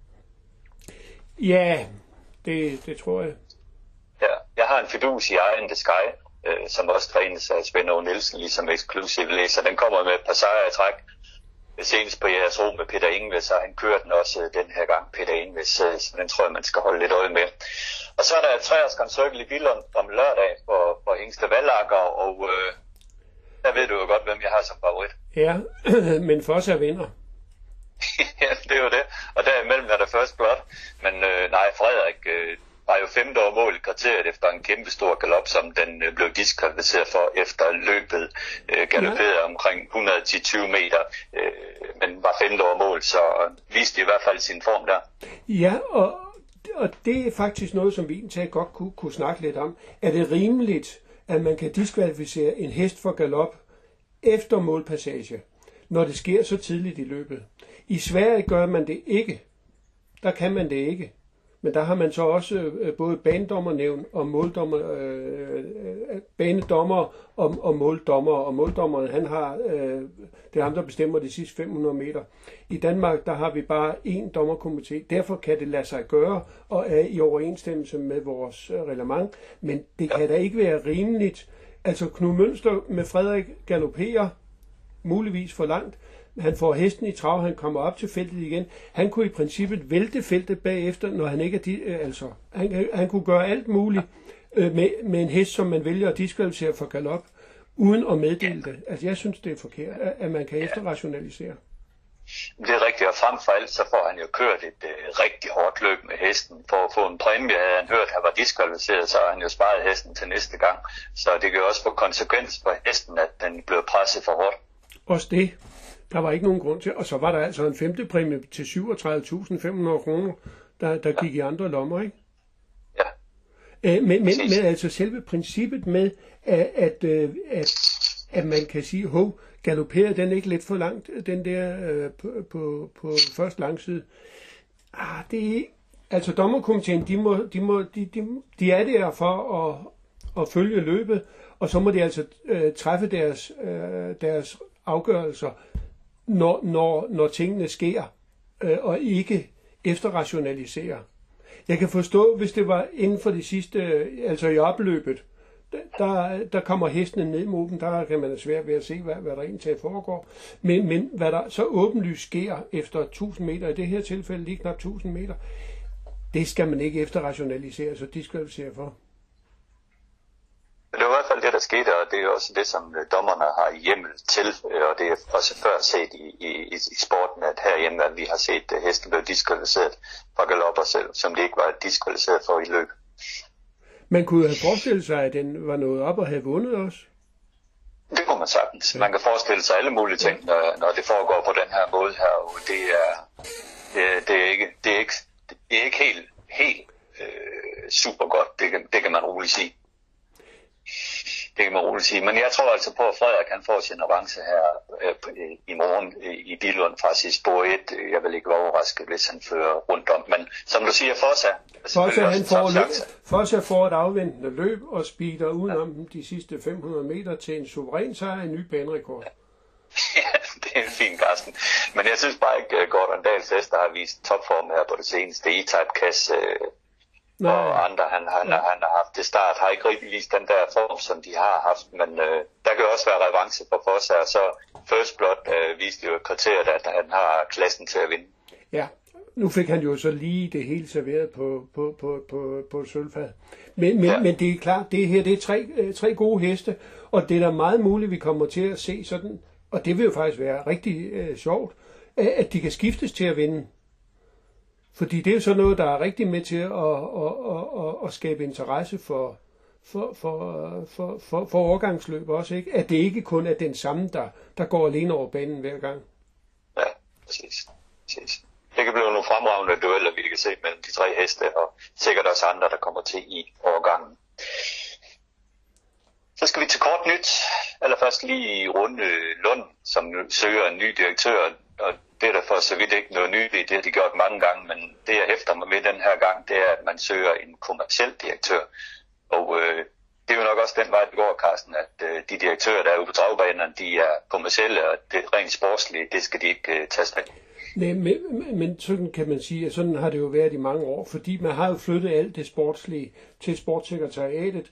Ja, det, det tror jeg. Ja, jeg har en fidus i Eye in the Sky, øh, som også trænes af Svend Aage Nielsen, ligesom Exclusive Later. Den kommer med et par sejre i træk. Senest på jeres ro med Peter Ingves, og han kører den også den her gang, Peter Ingves, så den tror jeg, man skal holde lidt øje med. Og så er der et treårs cirkel i Billund om lørdag for, for Hingste Vallager, og øh, der ved du jo godt, hvem jeg har som favorit. Ja, men for os er vinder. Ja, det er jo det. Og derimellem er der først blot. Men øh, nej, Frederik øh, var jo femte år mål i kriteriet efter en kæmpe stor galop, som den øh, blev diskvalificeret for efter løbet øh, galopperede ja. omkring et hundrede og ti til tyve meter, øh, men var femte år mål, så viste i hvert fald sin form der. Ja, og, og det er faktisk noget, som vi egentlig godt kunne, kunne snakke lidt om. Er det rimeligt, at man kan diskvalificere en hest for galop efter målpassage, når det sker så tidligt i løbet? I Sverige gør man det ikke. Der kan man det ikke. Men der har man så også øh, både banedommernævn og måldommer, øh, banedommer og, og måldommer. Og måldommeren, han har, øh, det er ham, der bestemmer de sidste fem hundrede meter. I Danmark, der har vi bare én dommerkomité. Derfor kan det lade sig gøre og er i overensstemmelse med vores øh, reglement. Men det kan da ikke være rimeligt. Altså Knud Mønster med Frederik galopperer muligvis for langt. Han får hesten i trav, han kommer op til feltet igen. Han kunne i princippet vælte feltet bagefter, når han ikke er... De, altså, han, han kunne gøre alt muligt øh, med, med en hest, som man vælger at diskvalificere for galop, uden at meddele det. Altså, jeg synes, det er forkert, at man kan efterrationalisere. Det er rigtigt, og frem for alt, så får han jo kørt et øh, rigtig hårdt løb med hesten. For at få en præmie, havde han hørt, at han var diskvalificeret, så har han jo sparet hesten til næste gang. Så det kan jo også få konsekvens for hesten, at den bliver presset for hårdt. Også det. Der var ikke nogen grund til. Og så var der altså en femte præmie til syvogtredive tusind fem hundrede kroner, der, der gik ja. i andre lommer, ikke? Ja. Æ, men, men, men altså selve princippet med, at, at, at, at man kan sige, hov, galopperer den ikke lidt for langt, den der øh, på, på, på første langside. Ah, det er, altså dommerkomiteen, de, må, de, må, de, de, de er der for at, at følge løbet, og så må de altså øh, træffe deres, øh, deres afgørelser, når, når, når tingene sker, øh, og ikke efterrationalisere. Jeg kan forstå, hvis det var inden for det sidste, øh, altså i opløbet, der, der kommer hestene ned mod dem, der kan man have svært ved at se, hvad, hvad der egentlig foregår. Men, men hvad der så åbenlyst sker efter tusind meter, i det her tilfælde lige knap tusind meter, det skal man ikke efterrationalisere, så diskvalificere for. Det er i hvert fald det, der skete, og det er også det, som dommerne har hjemmel til, og det er også før set i, i, i sporten, at herhjemme, at vi har set hesten blive diskvalificeret fra galopper selv, som det ikke var diskvalificeret for i løb. Man kunne have forestillet sig, at den var nået op og havde vundet også? Det kunne man sagtens. Man kan forestille sig alle mulige ting, når, når det foregår på den her måde her, og det er, det, det er, ikke, det er, ikke, det er ikke helt, helt øh, super godt, det kan, det kan man roligt sige. Det kan man roligt sige. Men jeg tror altså på, at Frederik han får sin revanche her øh, i morgen øh, i Billund fra sit spor et. Jeg vil ikke være overrasket, hvis han fører rundt om. Men som du siger, Forza... Forza, han får, Forza får et afventende løb og speeder udenom ja. de sidste fem hundrede meter til en suveræn sejr, en ny banerekord. Ja, det er en fin, Carsten. Men jeg synes bare ikke, at Gordon Dahls hester har vist topform her på det seneste. E-Type Cash øh, og andre, han, han, ja. han har haft det start, har ikke rigtig vist den der form, som de har haft. Men øh, der kan også være revanche for Forza, og så First Blood øh, viste jo kriteriet, at han har klassen til at vinde. Ja, nu fik han jo så lige det hele serveret på, på, på, på, på sølvfad. Men, men, ja. men det er klart, det her det er tre, øh, tre gode heste, og det er da meget muligt, vi kommer til at se sådan, og det vil jo faktisk være rigtig øh, sjovt, at de kan skiftes til at vinde. Fordi det er jo sådan noget, der er rigtig med til at, at, at, at, at skabe interesse for, for, for, for, for, for overgangsløb også, ikke? At det ikke kun er den samme, der, der går alene over banen hver gang. Ja, præcis. præcis. Det kan blive nogle fremragende dueller, vi kan se mellem de tre heste, og sikkert også andre, der kommer til i overgangen. Så skal vi til kort nyt. Allerførst lige i runde Lund, som nu søger en ny direktør, og det er der for så vidt ikke noget nyt i, det har de gjort mange gange, men det jeg hæfter mig med den her gang, det er, at man søger en kommerciel direktør. Og øh, det er jo nok også den vej, det går, Carsten, at øh, de direktører, der er ude på dragbanerne, de er kommercielle, og det rent sportslige, det skal de ikke øh, tages med. Nej, men, men sådan kan man sige, at sådan har det jo været i mange år, fordi man har jo flyttet alt det sportslige til sportssekretariatet.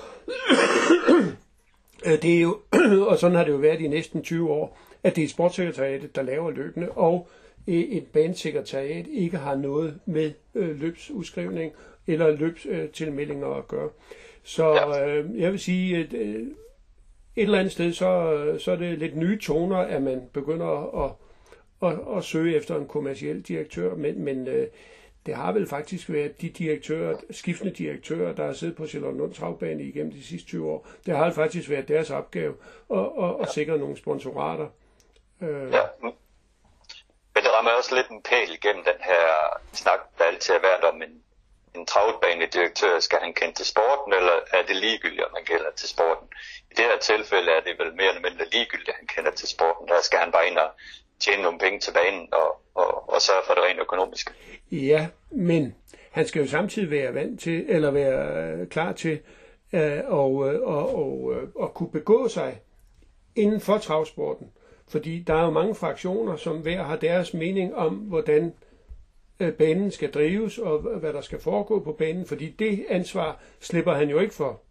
Det er jo, og sådan har det jo været i næsten tyve år, at det er sportssekretariatet, der laver løbende, og et banesekretariat ikke har noget med øh, løbsudskrivning eller løbstilmeldinger at gøre. Så øh, jeg vil sige, at øh, et eller andet sted, så, så er det lidt nye toner, at man begynder at, at, at, at søge efter en kommerciel direktør, men, men øh, det har vel faktisk været de direktører, skiftende direktører, der har siddet på Charlottenlund Travbane igennem de sidste tyve år. Det har faktisk været deres opgave at, at, at sikre nogle sponsorater. Ja, men det rammer også lidt en pæl igennem den her snak, der altid har været om en, en travbanedirektør. Skal han kende til sporten, eller er det ligegyldigt, om han kender til sporten? I det her tilfælde er det vel mere eller mindre ligegyldigt, at han kender til sporten. Der skal han bare ind og tjene nogle penge til banen og, og, og sørge for det rent økonomiske. Ja, men han skal jo samtidig være vant til, eller være klar til at og, og, og, og kunne begå sig inden for travsporten. Fordi der er jo mange fraktioner, som hver har deres mening om, hvordan banen skal drives, og hvad der skal foregå på banen, fordi det ansvar slipper han jo ikke for.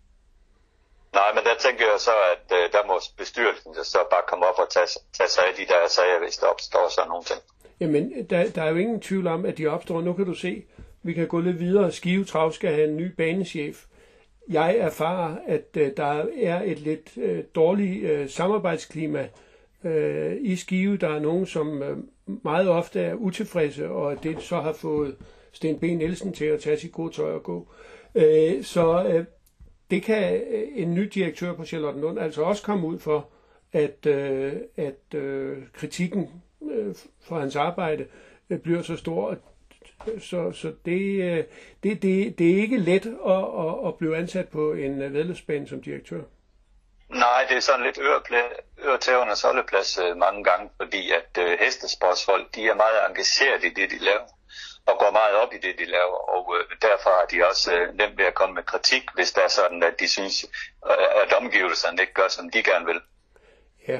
Nej, men der tænker jeg så, at øh, der må bestyrelsen så bare komme op og tage, tage sig af de der sager, hvis der opstår sådan nogle ting. Jamen, der, der er jo ingen tvivl om, at de opstår. Nu kan du se, vi kan gå lidt videre. Skive Trav skal have en ny banechef. Jeg erfarer, at øh, der er et lidt øh, dårligt øh, samarbejdsklima øh, i Skive. Der er nogen, som øh, meget ofte er utilfredse, og det så har fået Sten B. Nielsen til at tage sit gode tøj og gå. Øh, så øh, det kan en ny direktør på Charlottenlund altså også komme ud for, at, øh, at øh, kritikken øh, for hans arbejde øh, bliver så stor. Så, så det, øh, det, det, det er ikke let at, at, at blive ansat på en væddeløbsbane som direktør. Nej, det er sådan lidt øretævernes holdeplads øh, mange gange, fordi at øh, hestesportsfolk, de er meget engageret i det, de laver, og går meget op i det, de laver, og øh, derfor har de også øh, nemt ved at komme med kritik, hvis det er sådan, at de synes, øh, at omgivelserne ikke gør, som de gerne vil. Ja,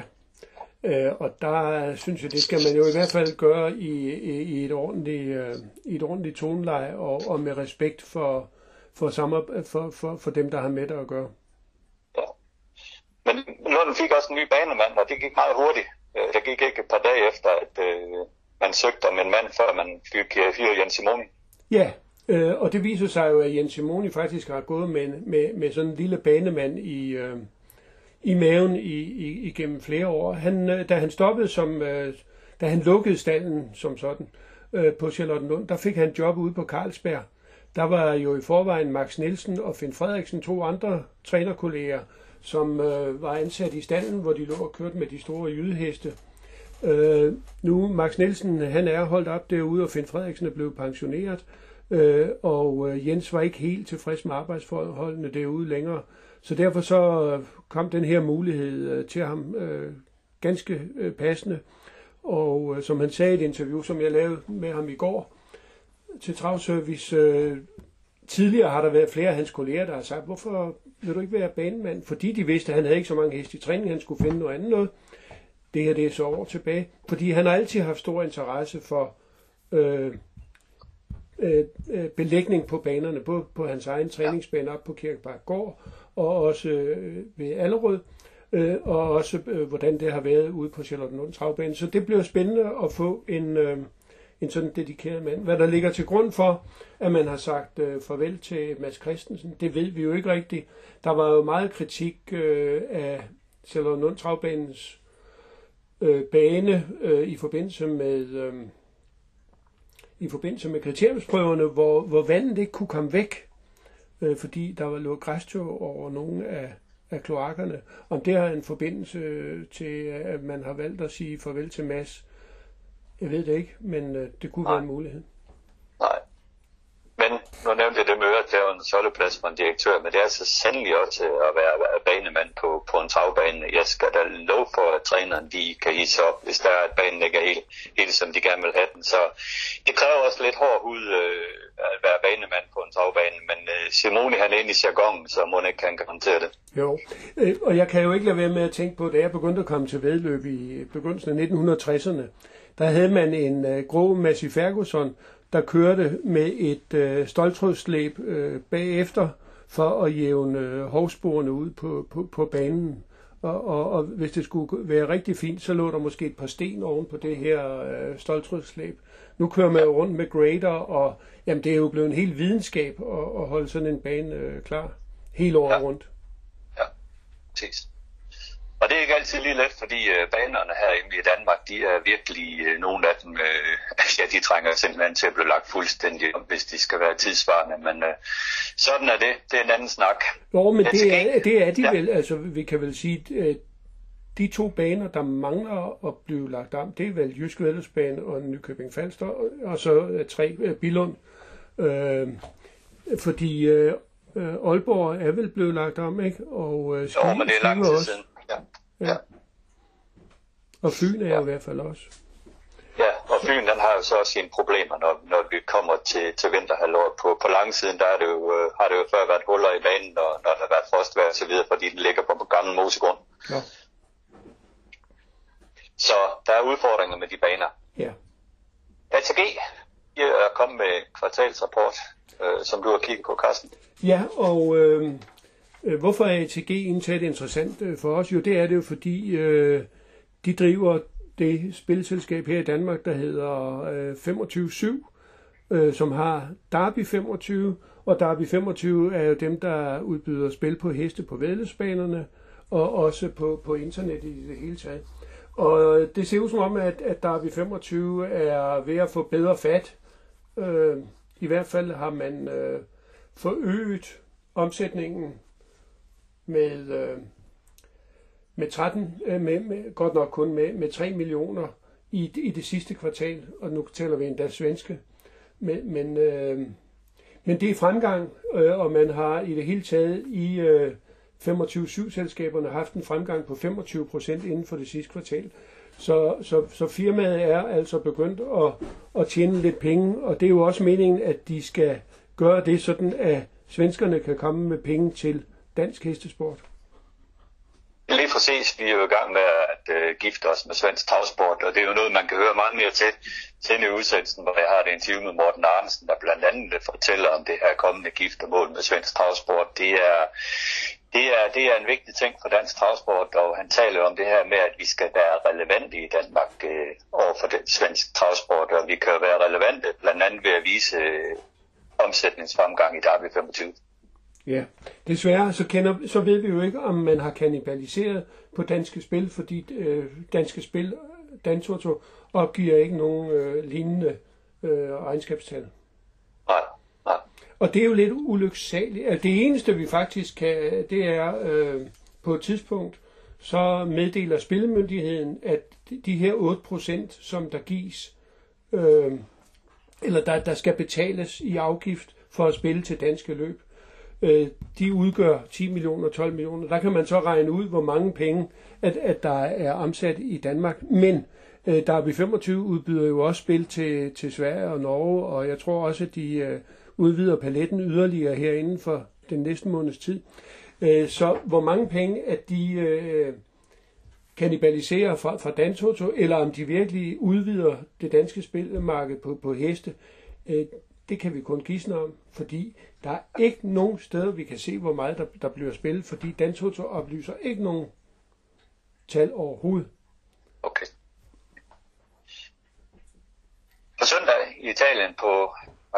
øh, og der synes jeg, det skal man jo i hvert fald gøre i, i, i et ordentligt, øh, i et ordentligt toneleje, og, og med respekt for, for, samar- for, for, for dem, der har med det at gøre. Ja. Men Lund fik også en ny banemand, og det gik meget hurtigt. Der gik ikke et par dage efter, at øh, man søgte om en mand, før man fik fyret Jens Simoni. Ja, øh, og det viser sig jo, at Jens Simoni faktisk har gået med, med, med sådan en lille banemand i, øh, i maven i, i, igennem flere år. Han, da han stoppede som, øh, da han lukkede stallen som sådan øh, på Charlottenlund, der fik han job ude på Carlsberg. Der var jo i forvejen Max Nielsen og Finn Frederiksen, to andre trænerkolleger, som øh, var ansat i stallen, hvor de lå og kørte med de store jydeheste. Øh, nu, Max Nielsen, han er holdt op derude, og Finn Frederiksen er blevet pensioneret, øh, og øh, Jens var ikke helt tilfreds med arbejdsforholdene derude længere. Så derfor så øh, kom den her mulighed øh, til ham øh, ganske øh, passende. Og øh, som han sagde i et interview, som jeg lavede med ham i går til Travservice, øh, tidligere har der været flere af hans kolleger, der har sagt, hvorfor vil du ikke være banemand? Fordi de vidste, at han havde ikke så mange heste i træning, han skulle finde noget andet noget. Det her det er så år tilbage. Fordi han har altid haft stor interesse for øh, øh, belægning på banerne, både på hans egen træningsbane op på Kirkebakke Gård, og også øh, ved Allerød, øh, og også øh, hvordan det har været ude på Charlottenlund Travbane. Så det bliver spændende at få en... Øh, en sådan dedikeret mand. Hvad der ligger til grund for, at man har sagt øh, farvel til Mads Christensen, det ved vi jo ikke rigtigt. Der var jo meget kritik øh, af Charlottenlund Travbanens øh, bane øh, i forbindelse med øh, i forbindelse med kriteriumsprøverne, hvor, hvor vandet ikke kunne komme væk, øh, fordi der var lå græstog over nogle af, af kloakkerne. Om det har en forbindelse til, at man har valgt at sige farvel til Mads, jeg ved det ikke, men øh, det kunne Nej. være en mulighed. Nej. Men nu nævnte jeg det med øretævernes holdeplads for en direktør, men det er så sandelig også at være, være banemand på, på en travbane. Jeg skal da love for, at træneren de kan hisse op, hvis der er, at banen ikke er helt, helt som de gerne vil have den. Så det kræver også lidt hård hud øh, at være banemand på en travbane, men øh, Simoni han er inde i jargonen, så må han ikke kan garantere det. Jo, øh, og jeg kan jo ikke lade være med at tænke på, da jeg begyndte at komme til væddeløb i begyndelsen af nitten tresserne, der havde man en øh, grå Massey Ferguson, der kørte med et øh, stoltrådsslæb øh, bagefter for at jævne øh, hovsporene ud på, på, på banen. Og, og, og hvis det skulle være rigtig fint, så lå der måske et par sten oven på det her øh, stoltrådsslæb. Nu kører man jo rundt med grader, og jamen, det er jo blevet en hel videnskab at, at holde sådan en bane øh, klar hele året ja. rundt. Ja, præcis. Og det er ikke altid lige let, fordi øh, banerne herinde i Danmark, de er virkelig, øh, nogle af dem, øh, ja, de trænger simpelthen til at blive lagt fuldstændig om, hvis de skal være tidsvarende, men øh, sådan er det. Det er en anden snak. Jo, men det er, det er de ja. vel, altså vi kan vel sige, at de to baner, der mangler at blive lagt om, det er vel Jyske Væddeløbsbane og Nykøbing Falster, og så øh, tre øh, Billund, øh, fordi øh, Aalborg er vel blevet lagt om, ikke? Og øh, Skive, jo, men det er lang tid siden. Ja. Ja. Og Fyn er ja. i hvert fald også. Ja, og og Fyn, den har jo så også sine problemer, når, når vi kommer til, til vinterhalvåret. På, på langsiden, der er det jo, øh, har det jo før været huller i banen, når, når der har været frostvejr og så videre, fordi den ligger på, på gammel mosegrund. Ja. Så der er udfordringer med de baner. Ja. A T G er kommet med kvartalsrapport, øh, som du har kigget på, Carsten. Ja, og øh, hvorfor er A T G egentlig interessant øh, for os? Jo, det er det jo, fordi øh, de driver det spilselskab her i Danmark, der hedder øh, femogtyve syv, øh, som har Derby femogtyve, og Derby femogtyve er jo dem, der udbyder spil på heste på væddeløbsbanerne, og også på, på internet i det hele taget. Og det ser ud som om, at, at Derby femogtyve er ved at få bedre fat. Øh, I hvert fald har man øh, forøget omsætningen med, øh, med tretten, øh, med, med, godt nok kun med, med tre millioner i, i det sidste kvartal, og nu taler vi endda svenske. Men, men, øh, men det er fremgang, øh, og man har i det hele taget i øh, femogtyve syv-selskaberne haft en fremgang på femogtyve procent inden for det sidste kvartal. Så, så, så firmaet er altså begyndt at, at tjene lidt penge, og det er jo også meningen, at de skal gøre det sådan, at svenskerne kan komme med penge til dansk hestesport. Lige præcis. Vi er jo i gang med at uh, gifte os med svensk travsport, og det er jo noget, man kan høre meget mere til, til i udsendelsen, hvor jeg har det interview med Morten Arnesen, der blandt andet fortæller om det her kommende giftermål med svensk travsport. Det er, det, er, det er en vigtig ting for dansk travsport, og han taler om det her med, at vi skal være relevante i Danmark uh, over for den svensk travsport, og vi kan være relevante blandt andet ved at vise uh, omsætningsfremgang i Derby femogtyve. Ja, desværre så, kender, så ved vi jo ikke, om man har kannibaliseret på Danske Spil, fordi øh, Danske Spil, Dantoto, opgiver ikke nogen øh, lignende øh, regnskabstal. Nej, nej. Og det er jo lidt ulyksaligt. Altså, det eneste, vi faktisk kan, det er øh, på et tidspunkt, så meddeler Spillemyndigheden, at de her otte procent, som der gives, øh, eller der, der skal betales i afgift for at spille til danske løb, de udgør ti millioner, tolv millioner. Der kan man så regne ud, hvor mange penge, at, at der er omsat i Danmark. Men øh, Derby femogtyve udbyder jo også spil til, til Sverige og Norge, og jeg tror også, at de øh, udvider paletten yderligere her inden for den næste måneds tid. Øh, så hvor mange penge, at de øh, kannibaliserer fra, fra Dantoto, eller om de virkelig udvider det danske spilmarked på, på heste, øh, det kan vi kun gisne om, fordi der er ikke nogen steder, vi kan se, hvor meget der, der bliver spillet, fordi Dantoto oplyser ikke nogen tal overhovedet. Okay. På søndag i Italien på,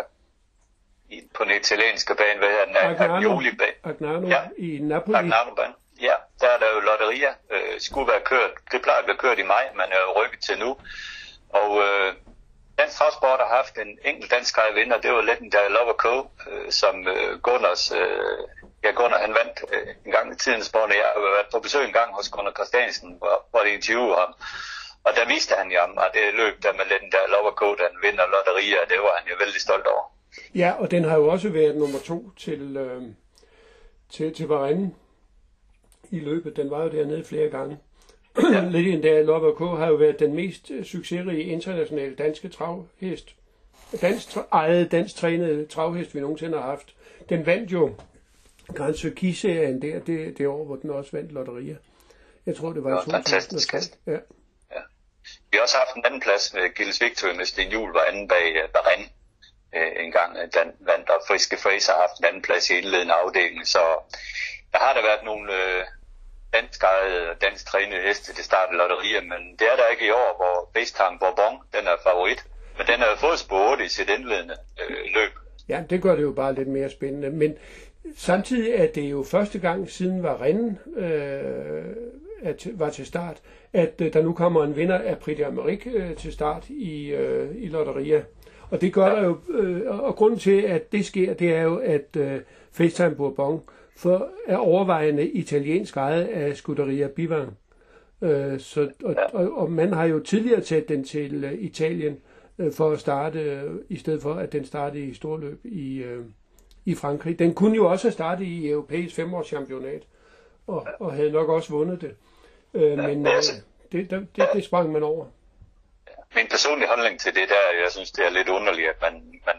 på den italienske bane, hvad hedder den? Agnano, Agnano ja. i Napoli. Agnano-banen. Ja, der er der jo lotterier. Øh, skulle være kørt. Det plejer at blive kørt i maj, men er jo rykket til nu. Og øh, dansk travsport har haft en enkelt dansk vinder, det var Legendary Lover Co., øh, som øh, Gunners, øh, ja Gunnar han vandt øh, en gang i tidens sport. Jeg har været på besøg en gang hos Gunnar Christiansen, hvor, hvor de interviewede ham. Og der viste han jo, at det løb der med Legendary Lover Co., der vinder lotterier, det var han jo vældig stolt over. Ja, og den har jo også været nummer to til, øh, til, til Varenne i løbet. Den var jo dernede flere gange. Ja. Legendary Lover Co. har jo været den mest succesrige internationale danske travhest. Dansk, ejet dansk trænede travhest, vi nogensinde har haft. Den vandt jo Grand Circuit-serien der, det, det år, hvor den også vandt lotterier. Jeg tror, det var i to tusind og tre. Ja. Ja. Vi har også haft en anden plads med Gilles Victor med Sten Juhl, var anden bag Varenne øh, en gang. Den vandt, og Friske Fraser har haft en anden plads i indledende afdeling. Så der har der været nogle øh, dansk ejede og dansk trænede heste til start af lotterier, men det er der ikke i år, hvor FaceTime Bourbon, den er favorit. Men den har fået spor otte i sit indledende øh, løb. Ja, det gør det jo bare lidt mere spændende. Men samtidig er det jo første gang siden Varenne øh, at, var til start, at øh, der nu kommer en vinder af Prix d'Amérique øh, til start i, øh, i lotterier. Og det gør ja. der jo, øh, og grunden til, at det sker, det er jo, at øh, FaceTime Bourbon for er overvejende italiensk ejet af Scuderia Bivang. Øh, så, og, og, og man har jo tidligere taget den til uh, Italien uh, for at starte, uh, i stedet for at den startede i storløb i, uh, i Frankrig. Den kunne jo også have startet i europæisk femårschampionat, og, og havde nok også vundet det. Uh, men uh, det, det, det, det sprang man over. min personlige holdning til det der, jeg synes, det er lidt underligt, at man, man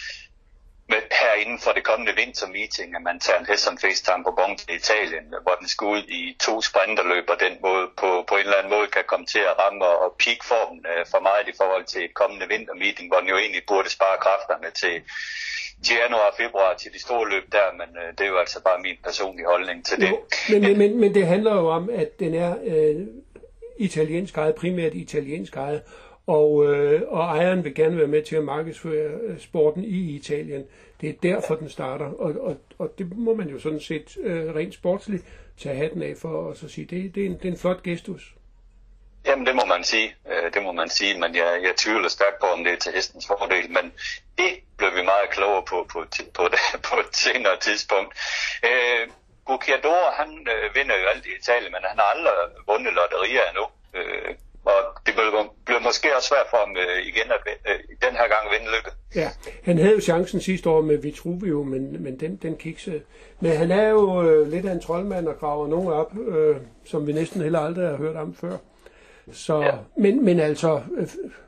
med, her inden for det kommende vintermeeting, at man tager en hest som FaceTime på Bon til Italien, hvor den skal ud i to sprinterløb, og den måde, på, på en eller anden måde kan komme til at ramme og, og peak formen øh, for meget i forhold til et kommende vintermeeting, hvor den jo egentlig burde spare kræfterne til, til januar og februar til de store løb der, men øh, det er jo altså bare min personlige holdning til det. Jo, men, men, men, men det handler jo om, at den er øh, italiensk ejet, primært italiensk ejet, og, øh, og ejeren vil gerne være med til at markedsføre sporten i Italien. Det er derfor, den starter, og, og, og det må man jo sådan set øh, rent sportsligt tage hatten af for os at sige. Det, det, er en, det er en flot gestus. Jamen, det må man sige. Det må man sige, men jeg, jeg tvivler stærkt på, om det er til hestens fordel. Men det blev vi meget klogere på på, på, det, på et senere tidspunkt. Øh, Gocciadoro, han øh, vinder jo alt i Italien, men han har aldrig vundet lotterier endnu. Øh, og det bliver måske også svært for ham øh, igen at øh, den her gang vinde lykke. Ja, han havde jo chancen sidste år med Vitruvio, men, men den, den kiksede. Men han er jo øh, lidt af en troldmand og graver nogen op, øh, som vi næsten heller aldrig har hørt om før. Så, ja. men, men altså, øh,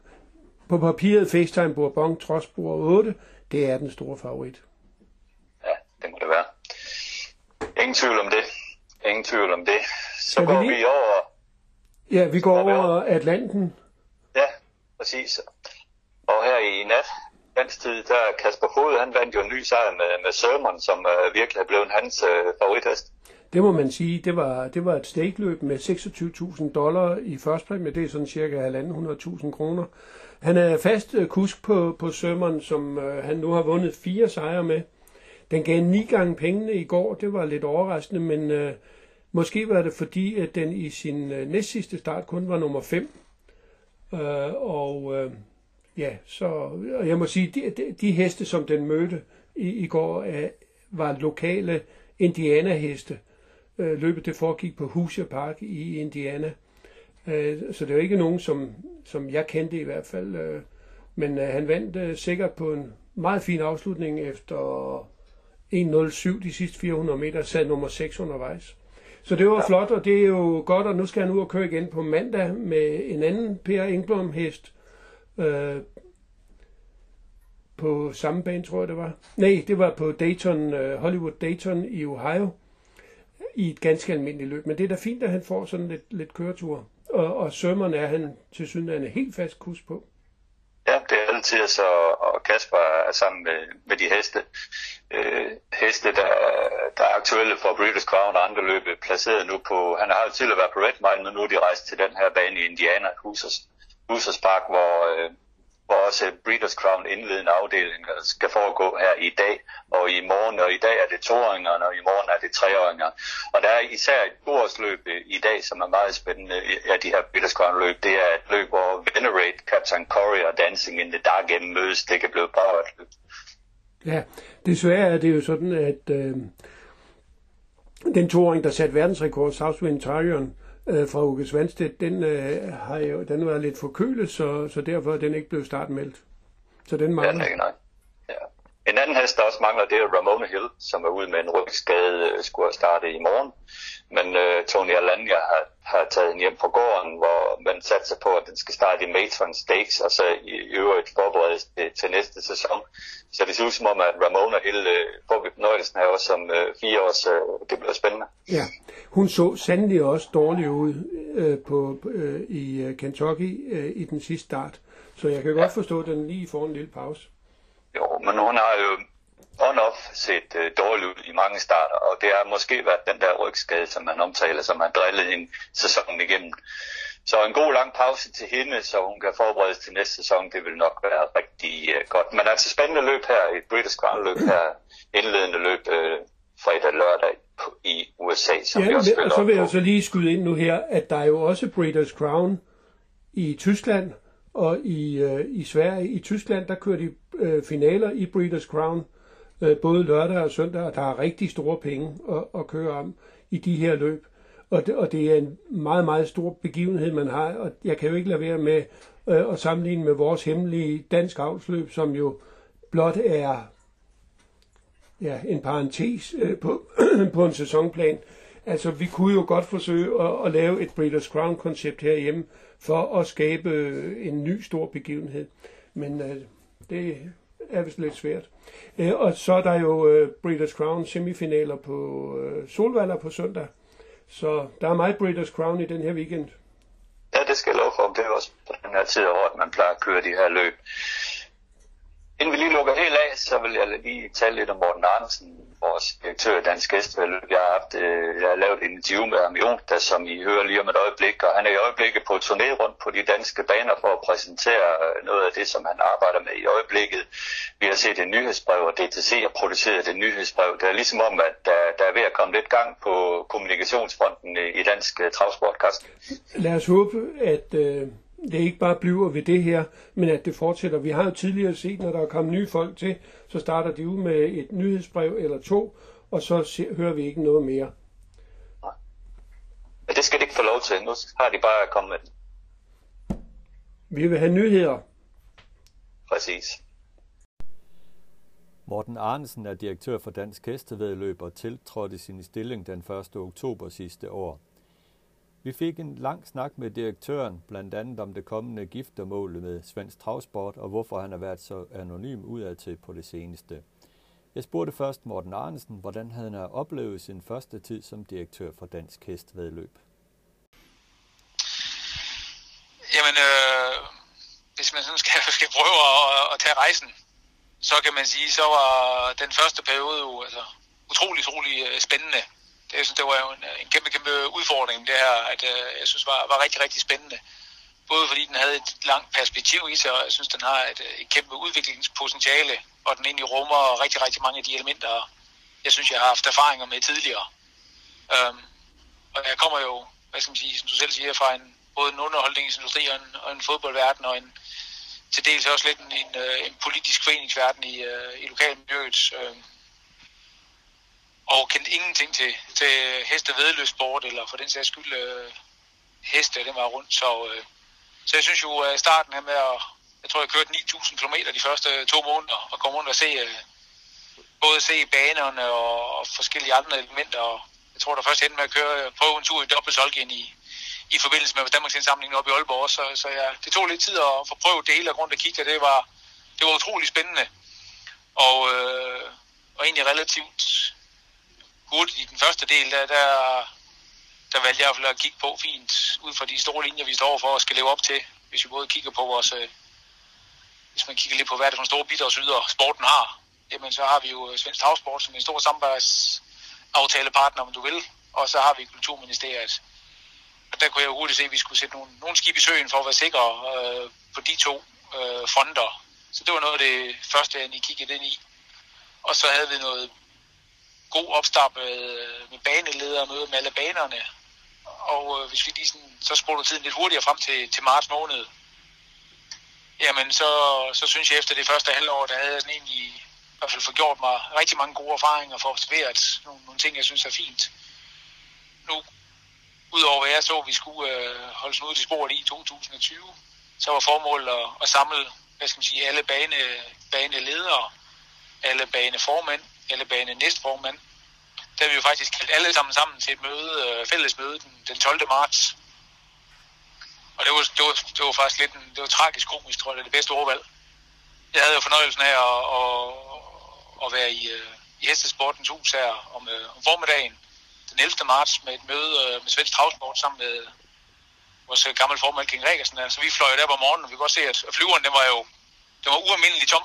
på papiret FaceTime Bourbon trods spor otte, det er den store favorit. Ja, det må det være. Ingen tvivl om det. Ingen tvivl om det. Så Skal går vi, lige... vi over... Ja, vi går over Atlanten. Ja, præcis. Og her i nat, dansk tid, der Kasper Fod, han vandt jo en ny sejr med, med Sermon, som uh, virkelig er blevet hans uh, favorithest. Det må man sige. Det var, det var et stakeløb med seksogtyve tusind dollar i første præmie. Det er sådan cirka hundrede tusind kroner. Han er fast uh, kusk på, på Sermon, som uh, han nu har vundet fire sejre med. Den gav ni gange pengene i går. Det var lidt overraskende, men... Uh, Måske var det fordi, at den i sin øh, næstsidste start kun var nummer fem. Øh, og øh, ja, så og jeg må sige, de, de, de heste, som den mødte i, i går, øh, var lokale Indiana-heste. Øh, løbet det foregik på Hoosier Park i Indiana. Øh, så det er jo ikke nogen, som, som jeg kendte i hvert fald. Øh, men øh, han vandt øh, sikkert på en meget fin afslutning efter en nul syv de sidste fire hundrede meter, sad nummer seks undervejs. Så det var ja. Flot, og det er jo godt, og nu skal han ud og køre igen på mandag med en anden Per Engblom-hest øh, på samme bane, tror jeg det var. Nej, det var på Dayton, øh, Hollywood Dayton i Ohio, i et ganske almindeligt løb. Men det er da fint, at han får sådan lidt, lidt køretur. Og, og Sermon er han til synligheden helt fast kus på. Ja, det er altid så, og Kasper er sammen med, med de heste, øh, heste der, der er aktuelle for Breeders' Crown og andre løb, placeret nu på, han har jo tidligere været på Red Mile, men nu er de rejst til den her bane i Indiana, Hoosiers, Hoosiers Park, hvor, øh, hvor også Breeders' Crown indledende afdeling skal foregå her i dag og i morgen, og i dag er det toåringerne, og i morgen er det treåringer. Og der er især et toårsløb i dag, som er meget spændende af de her Breeders' Crown løb. Det er et løb, hvor Venerate, Captain Corey og Dancing in the Dark M mødes. Det kan blive bare et løb. Ja, desværre er det jo sådan, at øh, den toåring, der satte verdensrekord, Southwind Tyrion, øh, fra Uke Svanstedt, den øh, har jo den været lidt forkølet, så, så derfor er den ikke blevet startmeldt. Så den mangler. Ja, det er nej. Ja. En anden hest, der også mangler, det er Ramona Hill, som er ude med en rygskade, skulle have startet i morgen. Men uh, Tony Alanya har, har taget den hjem på gården, hvor man satser på, at den skal starte i Matron Stakes, og så i øvrigt forberedes til, til næste sæson. Så det ser ud som om, at Ramona Hill uh, får vi fornøjelsen her også som uh, fire års, uh, det bliver spændende. Ja, hun så sandelig også dårligt ud uh, på, uh, i Kentucky uh, i den sidste start. Så jeg kan ja. godt forstå, at den lige får en lille pause. Jo, men hun har jo on-off set uh, dårligt ud i mange starter, og det har måske været den der rygskade, som man omtaler, som har drillet en sæson igennem. Så en god lang pause til hende, så hun kan forberedes til næste sæson, det vil nok være rigtig uh, godt. Men altså spændende løb her, et Breeders' Crown løb her, indledende løb uh, fredag lørdag i U S A, som ja, vi også spiller og så vil jeg på. så lige skyde ind nu her, at der er jo også Breeders' Crown i Tyskland, og i, øh, i Sverige. I Tyskland, der kører de øh, finaler i Breeders' Crown, øh, både lørdag og søndag, og der er rigtig store penge at, at køre om i de her løb. Og det, og det er en meget, meget stor begivenhed, man har, og jeg kan jo ikke lade være med øh, at sammenligne med vores hemmelige dansk avlsløb, som jo blot er ja, en parentes øh, på, på en sæsonplan. Altså, vi kunne jo godt forsøge at, at lave et Breeders' Crown-koncept herhjemme for at skabe en ny stor begivenhed. Men øh, det er vist lidt svært. Øh, og så er der jo øh, Breeders' Crown semifinaler på øh, Solvalla på søndag. Så der er meget Breeders' Crown i den her weekend. Ja, det skal jeg love for. Det er også på den her tid af året, man plejer at køre de her løb. Inden vi lige lukker helt af, så vil jeg lige tale lidt om Morten Arnesen, vores direktør i Dansk Hestevæddeløb. Jeg har, haft, jeg har lavet et interview med ham i onsdag, som I hører lige om et øjeblik, og han er i øjeblikket på turné rundt på de danske baner for at præsentere noget af det, som han arbejder med i øjeblikket. Vi har set et nyhedsbrev, og D T C har produceret et nyhedsbrev. Det er ligesom om, at der, der er ved at komme lidt gang på kommunikationsfronten i dansk travsport, Carsten. Lad os håbe, at øh, det ikke bare bliver ved det her, men at det fortsætter. Vi har jo tidligere set, når der er kommet nye folk til, så starter de ud med et nyhedsbrev eller to, og så se, hører vi ikke noget mere. Nej. Men det skal de ikke få lov til. Nu har de bare kommet med. Vi vil have nyheder. Præcis. Morten Arnesen er direktør for Dansk Hestevæddeløb og tiltrådte sin stilling den første oktober sidste år. Vi fik en lang snak med direktøren, blandt andet om det kommende giftermål med Svensk Travsport, og hvorfor han har været så anonym udadtil på det seneste. Jeg spurgte først Morten Arnesen, hvordan han har oplevet sin første tid som direktør for Dansk Hestevæddeløb. Jamen, øh, hvis man sådan skal, skal prøve at, at tage rejsen, så kan man sige, så var den første periode jo altså, utrolig, utrolig spændende. Det, jeg synes, det var jo en, en kæmpe, kæmpe udfordring, det her, at øh, jeg synes var, var rigtig, rigtig spændende. Både fordi den havde et langt perspektiv i sig, og jeg synes, den har et, et kæmpe udviklingspotentiale, og den egentlig rummer rigtig, rigtig mange af de elementer, jeg synes, jeg har haft erfaringer med tidligere. Øhm, og jeg kommer jo, hvad skal man sige, som du selv siger, fra en, både en underholdningsindustri og en, og en fodboldverden, og en, til dels også lidt en, en, en politisk foreningsverden i, i lokalmiljøet. Øhm, og kendte ingenting til, til hestevæddeløbssport, eller for den sags skyld øh, heste, det var rundt. Så, øh, så jeg synes jo, at starten her med at, jeg tror, jeg kørte ni tusind kilometer de første to måneder, og kom rundt og se, øh, både se banerne og, og forskellige andre elementer. Og jeg tror, der først endte med at køre, prøve en tur i dobbeltsolgen i, i forbindelse med Danmarks indsamling oppe i Aalborg. Så, så ja, det tog lidt tid at få prøvet det hele og rundt og kigge, og det var, det var utrolig spændende. Og, øh, og egentlig relativt hurtigt i den første del, der, der, der valgte jeg i hvert fald at kigge på fint, ud fra de store linjer, vi står overfor og skal leve op til, hvis vi både kigger på vores, øh, hvis man kigger lidt på, hvad det for en store bidragsyder sporten har, jamen så har vi jo Svensk Travsport som en stor samarbejdsaftalepartner, om du vil, og så har vi Kulturministeriet. Og der kunne jeg jo hurtigt se, at vi skulle sætte nogle, nogle skib i søen for at være sikre øh, på de to øh, fronter. Så det var noget af det første, jeg kiggede ind i. Og så havde vi noget god opstart med, med baneleder, møde med alle banerne. Og øh, hvis vi lige sådan, så spurgte tiden lidt hurtigere frem til, til marts måned, jamen så, så synes jeg efter det første halvår, der havde jeg sådan egentlig i hvert fald forgjort mig rigtig mange gode erfaringer for at observere nogle, nogle ting, jeg synes er fint. Nu, udover hvad jeg så, vi skulle øh, holde sådan ud til sporet i to tusind og tyve, så var formålet at, at samle, hvad skal man sige, alle bane, baneledere, alle baneformænd, alle bane næstformand. Der har vi jo faktisk kaldt alle sammen sammen til et møde, fælles møde den, den tolvte marts. Og det var, det var, det var faktisk lidt en, det var tragisk komisk, tror jeg, det er det bedste ordvalg. Jeg havde jo fornøjelsen af at, at, at være i, i Hestesportens hus her om, om formiddagen den ellevte marts med et møde med Svensk Travsport sammen med vores gamle formand King Regersen. Så vi fløj der på morgenen, og vi kunne godt se, at flyveren den var jo den var ualmindelig tom.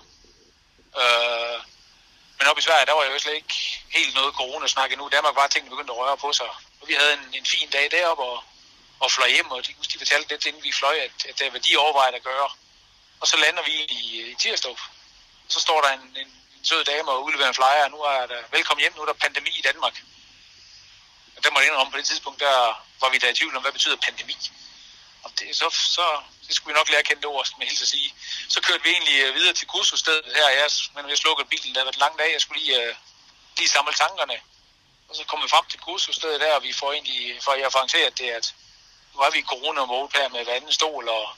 Øh, Men oppe i Sverige, der var jo slet ikke helt noget corona-snak endnu. Danmark var tingene begyndt at røre på sig. Og vi havde en, en fin dag deroppe og, og fløj hjem, og de, de fortalte lidt, inden vi fløj, at, at det var de overvejede at gøre. Og så lander vi i, i Tirstrup. Og så står der en, en, en sød dame og udleverer en flyer, og nu er der velkommen hjem, nu er der pandemi i Danmark. Og der må jeg indrømme, på det tidspunkt, der var vi da i tvivl om, hvad betyder pandemi. Og det, så, så det skulle vi nok lære at kende det ord, med helt at sige. Så kørte vi egentlig videre til kursusstedet her. Jeg, men jeg slukkede bilen, der var en lang dag. Jeg skulle lige, uh, lige samle tankerne. Og så kom vi frem til kursusstedet der, og vi får egentlig, for jeg arrangeret det, at nu er vi i corona-mode her med hver anden stol. Og,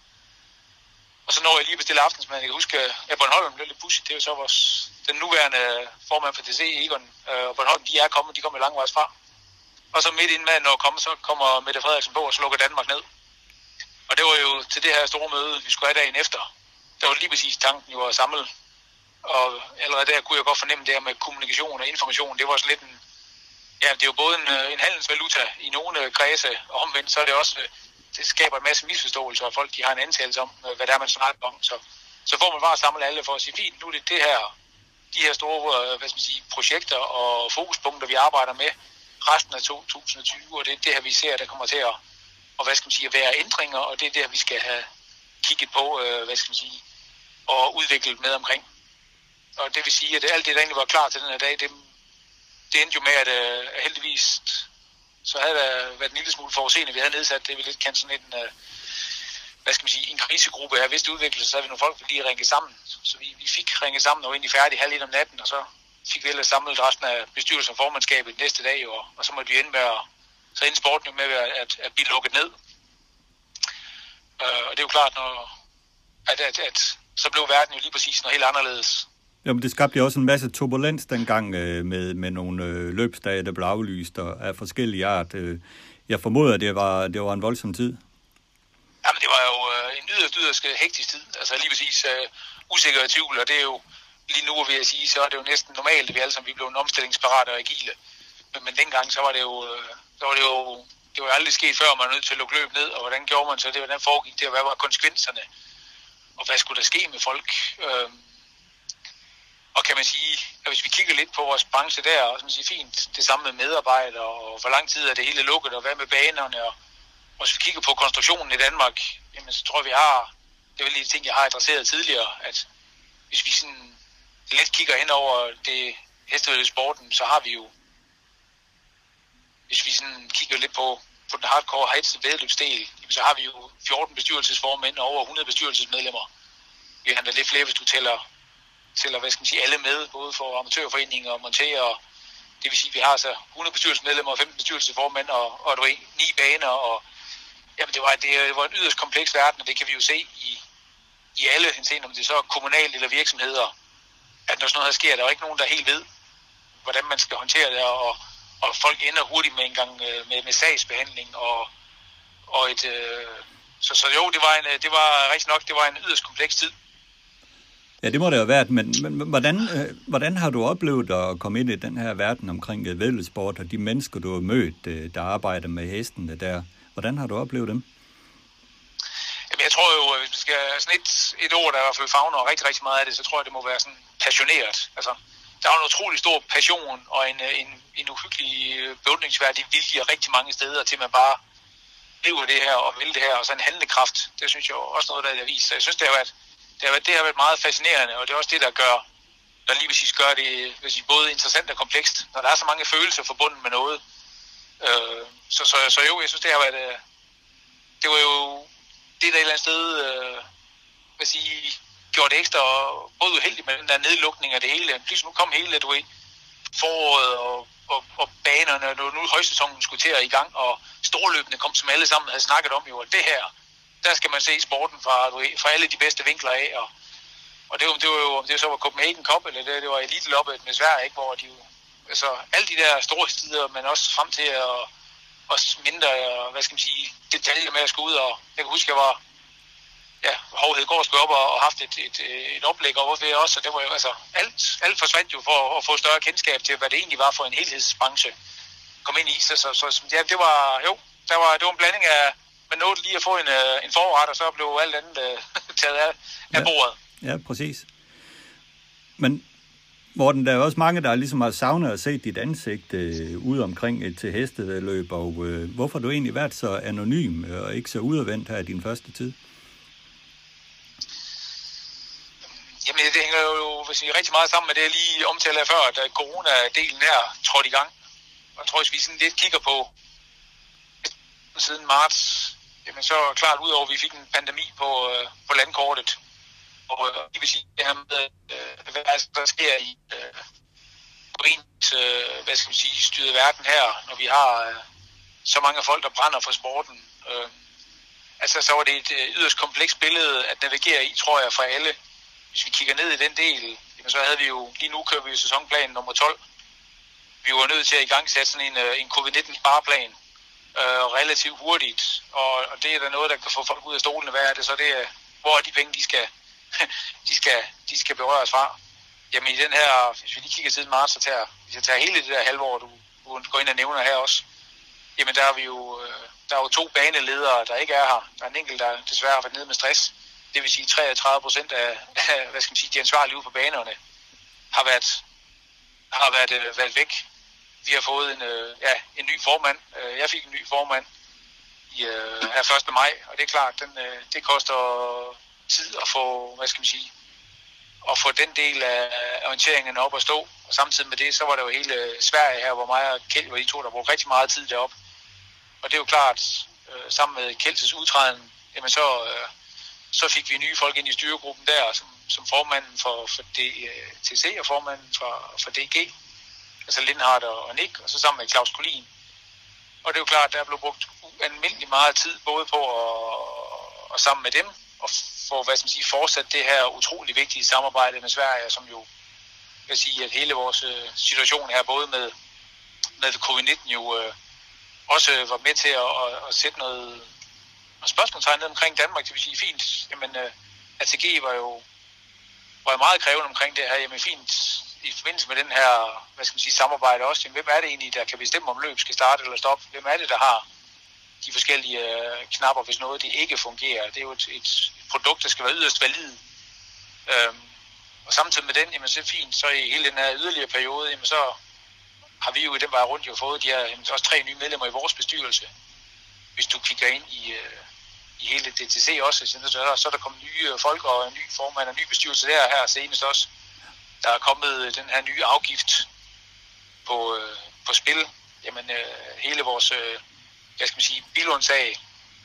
og så når jeg lige bestille aftensmad. Jeg kan huske, at Bornholm blev lidt pudsigt. Det er jo så vores, den nuværende formand for D C, Egon, uh, og Bornholm, de er kommet, de kommer langvejs fra. og så midt inden maden når kommer, så kommer Mette Frederiksen på og slukker Danmark ned. Og det var jo til det her store møde, vi skulle have dagen efter. Der var lige præcis tanken jo at samle. Og allerede der kunne jeg godt fornemme det her med kommunikation og information. Det var sådan lidt en, ja, det er jo både en, en handelsvaluta i nogle kredse, og omvendt så er det også, det skaber en masse misforståelser, og folk de har en antagelse om, hvad det er, man snakker om. Så, så får man bare samle alle for at sige, fint, nu er det det her, de her store hvad skal man sige, projekter og fokuspunkter, vi arbejder med resten af to tusind og tyve, og det er det her, vi ser, der kommer til at, og hvad skal man sige, at være ændringer, og det er det her, vi skal have kigget på, hvad skal man sige, og udviklet med omkring. Og det vil sige, at alt det, der egentlig var klar til den her dag, det, det endte jo med, at uh, heldigvis, så havde der været en lille smule forudseende, vi havde nedsat det, vi lidt kan sådan en, uh, hvad skal man sige, en krisegruppe her, hvis det udviklede sig, så havde vi nogle folk, der lige ringet sammen. Så vi, vi fik ringet sammen og var egentlig færdige halv et om natten, og så fik vi ellers samlet resten af bestyrelsen og formandskabet næste dag, og, og så måtte vi ende med at, så endte sporten jo med at, at, at blive lukket ned. Uh, og det er jo klart, når, at, at, at så blev verden jo lige præcis noget helt anderledes. Jamen, det skabte jo også en masse turbulens dengang øh, med, med nogle øh, løbsdage, der blev aflyst og af forskellige art. Øh, jeg formoder, det var, det var en voldsom tid. Jamen, det var jo øh, en yderst, yderst hektisk tid. Altså lige præcis øh, usikker og tvivl, og det er jo lige nu, vil jeg sige, så er det jo næsten normalt, at vi alle sammen vi blev en omstillingsparate og agile. Men, men dengang, så var det jo, øh, så var det jo, det var jo aldrig sket før, man var nødt til at lukke løb ned, og hvordan gjorde man så det, hvordan foregik det, og hvad var konsekvenserne, og hvad skulle der ske med folk? Øh, Og kan man sige, at hvis vi kigger lidt på vores branche der, og så man siger, fint, det samme med medarbejdere, og hvor lang tid er det hele lukket, og hvad med banerne, og, og hvis vi kigger på konstruktionen i Danmark, jamen så tror jeg, vi har, det er vel de ting, jeg har adresseret tidligere, at hvis vi sådan let kigger hen over det hestevæddeløbssporten, så har vi jo, hvis vi sådan kigger lidt på, på den hardcore hestevæddeløbsdel, så har vi jo fjorten bestyrelsesformænd og over hundrede bestyrelsesmedlemmer. Vi har lidt flere, hvis du tæller til at, hvad skal man sige, alle med, både for amatørforeninger og monterer. Det vil sige, at vi har så hundrede bestyrelsesmedlemmer og femten bestyrelsesformænd og, og du ved, ni baner. Og, jamen, det, var, det, det var en yderst kompleks verden, og det kan vi jo se i, i alle henseender, om det så er kommunalt eller virksomheder, at når sådan noget her sker, der er jo ikke nogen, der helt ved, hvordan man skal håndtere det, og, og folk ender hurtigt med en gang med, med sagsbehandling og, og et... Øh, så, så jo, det var, en, det var rigtig nok, det var en yderst kompleks tid. Ja, det må det jo være, men, men hvordan, øh, hvordan har du oplevet at komme ind i den her verden omkring øh, væddeløbssport, og de mennesker, du har mødt, øh, der arbejder med hestene der? Hvordan har du oplevet dem? Jamen, jeg tror jo, hvis vi skal sådan et, et ord, der i hvert fald favner rigtig, rigtig meget af det, så tror jeg, det må være sådan passioneret. Altså, der er en utrolig stor passion og en, en, en uhyggelig beundringsværdig vilje rigtig mange steder til, man bare lever det her og vil det her, og så en handlekraft. Det synes jeg også noget, der er vist. Så jeg synes, det har været Det har, været, det har været meget fascinerende, og det er også det, der gør, der lige præcis gør det vil sige, både interessant og komplekst, når der er så mange følelser forbundet med noget. Øh, så, så, så jo, jeg synes, det har været, det var jo det, der et eller andet sted, øh, vil sige, gjorde det ekstra, både uheldigt med den der nedlukning af det hele. Pludselig nu kom hele, du ved, foråret og, og, og banerne, og nu højsæsonen skulle til at i gang, og storløbene kom, som alle sammen havde snakket om, jo, at det her, der skal man se sporten fra, fra alle de bedste vinkler af, og, og det, var, det var jo, om det så var Copenhagen Cup, eller det, det var Elite-loppet med Sverige, ikke, hvor de jo, altså alle de der store stider, men også frem til at, og mindre, hvad skal man sige, detaljer med at skulle ud, og jeg kan huske, jeg var, ja, Hovhedegård skulle op og, og haft et, et, et oplæg over ved også, og det var jo, altså, alt, alt forsvandt jo for at få større kendskab til, hvad det egentlig var for en helhedsbranche, kom ind i, så, så, så ja, det var, jo, der var, det var en blanding af, man nåede lige at få en, en forret, og så blev alt andet uh, taget af, af ja. bordet. Ja, præcis. Men Morten, der er også mange, der ligesom har savnet at se dit ansigt øh, ude omkring et til hestevæddeløb, og øh, hvorfor har du egentlig været så anonym og ikke så udadvendt her i din første tid? Jamen, det hænger jo vil sige, rigtig meget sammen med det, jeg lige omtalte af før, da corona-delen her trådte i gang. Og jeg tror, hvis vi sådan lidt kigger på siden marts, jamen så er klart ud over, at vi fik en pandemi på, øh, på landkortet. Og øh, jeg vil sige, det her med, øh, hvad der sker i øh, på ens, øh, hvad skal man sige, styret verden her, når vi har øh, så mange folk, der brænder for sporten. Øh, altså, så var det et øh, yderst komplekst billede at navigere i, tror jeg, for alle. Hvis vi kigger ned i den del, jamen, så havde vi jo, lige nu kører vi jo sæsonplan nummer tolv. vi var nødt til at igangsætte sådan en, en covid nitten spareplan øh, relativt hurtigt, og, og det er der noget, der kan få folk ud af stolene. Hvad er det så? Det er, hvor er de penge, de skal, de skal, de skal berøres fra? Jamen i den her, hvis vi lige kigger siden marts, så tager, hvis jeg tager hele det der halvår, du, du går ind og nævner her også, jamen der er vi jo, der er jo to baneledere, der ikke er her. Der er en enkelt, der desværre har været nede med stress. Det vil sige treogtredive procent af, af hvad skal man sige, de ansvarlige ude på banerne har været, har været, øh, været væk. Vi har fået en, øh, ja, en ny formand. Jeg fik en ny formand i, øh, her første maj, og det er klart, den, øh, det koster tid at få, hvad skal man sige, at få den del af orienteringen op at stå. Og samtidig med det, så var der jo hele Sverige her, hvor mig og Kjeld var de to, der brugte rigtig meget tid deroppe. Og det er jo klart, øh, sammen med Kjelds udtræden, jamen så, øh, så fik vi nye folk ind i styregruppen der, som, som formanden for, for D T C og formanden for, for D G, altså Lindhardt og Nick, og så sammen med Claus Collin. Og det er jo klart, der blev brugt ualmindelig meget tid, både på at, og sammen med dem, og for hvad skal man sige, fortsat det her utrolig vigtige samarbejde med Sverige, som jo kan sige, at hele vores situation her, både med, med covid nitten jo øh, også var med til at, at, at sætte noget spørgsmålstegn ned omkring Danmark. Det vil sige fint, jamen øh, A T G var jo var meget krævende omkring det her, jamen fint, i forbindelse med den her, hvad skal man sige, samarbejde også, jamen, hvem er det egentlig, der kan bestemme, om løb skal starte eller stoppe? Hvem er det, der har de forskellige øh, knapper, hvis noget det ikke fungerer? Det er jo et, et produkt, der skal være yderst valid. Øhm, og samtidig med den, jamen så er fint, så i hele den her yderligere periode, jamen så har vi jo i den vej rundt jo fået de her, jamen, også tre nye medlemmer i vores bestyrelse. Hvis du kigger ind i, øh, i hele D T C også, så er der, så er der kommet nye folk og en ny formand og en ny bestyrelse der her senest også. Der er kommet den her nye afgift på, øh, på spil. Jamen øh, hele vores, øh, hvad skal man sige, bilundsag.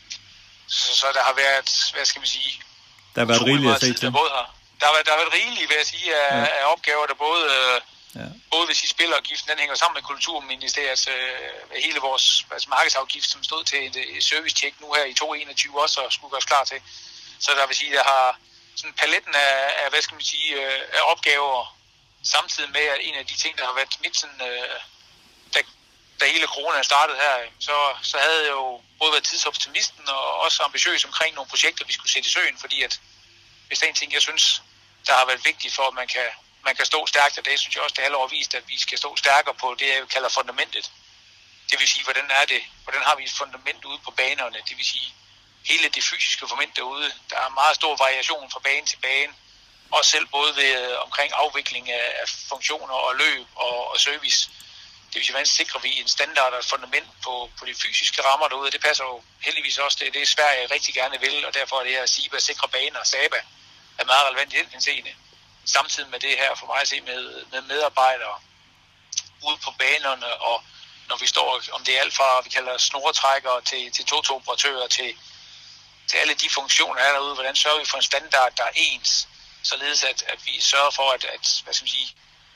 Så, så der har været, hvad skal man sige, der har været rigeligt at se til. Der, både har, der, har været, der har været rigeligt, vil jeg sige, af, ja. af opgaver, der både, øh, ja. både hvis I spilafgiften, den hænger sammen med Kulturministeriets, øh, hele vores altså markedsafgift, som stod til et, et service-check nu her i to tusind og enogtyve også, og skulle gøres klar til. Så der vil sige, der har sådan paletten af, af, hvad skal man sige, øh, af opgaver, samtidig med, at en af de ting, der har været mit sådan, øh, da, da hele corona startede her, så, så havde jeg jo både været tidsoptimisten og også ambitiøs omkring nogle projekter, vi skulle sætte i søen, fordi at hvis der er en ting, jeg synes, der har været vigtigt for, at man kan, man kan stå stærkt, og det synes jeg også, det halve år vist, at vi skal stå stærkere på det, jeg kalder fundamentet. Det vil sige, hvordan er det, hvordan har vi et fundament ude på banerne, det vil sige, hele det fysiske fundament derude, der er meget stor variation fra bane til bane, og selv både ved, omkring afvikling af, af funktioner og løb og, og service. Det vil sige, hvordan sikrer vi en standard og et fundament på, på de fysiske rammer derude, det passer jo heldigvis også, det, det er Sverige rigtig gerne vil, og derfor er det her SIBA sikre baner og SABA er meget relevant i den henseende. Samtidig med det her for mig at se med, med medarbejdere ude på banerne, og når vi står, om det er alt fra, vi kalder snoretrækkere til, til togtoperatører, til, til alle de funktioner her derude, hvordan sørger vi for en standard, der er ens, således at, at vi sørger for, at, at, hvad skal man sige,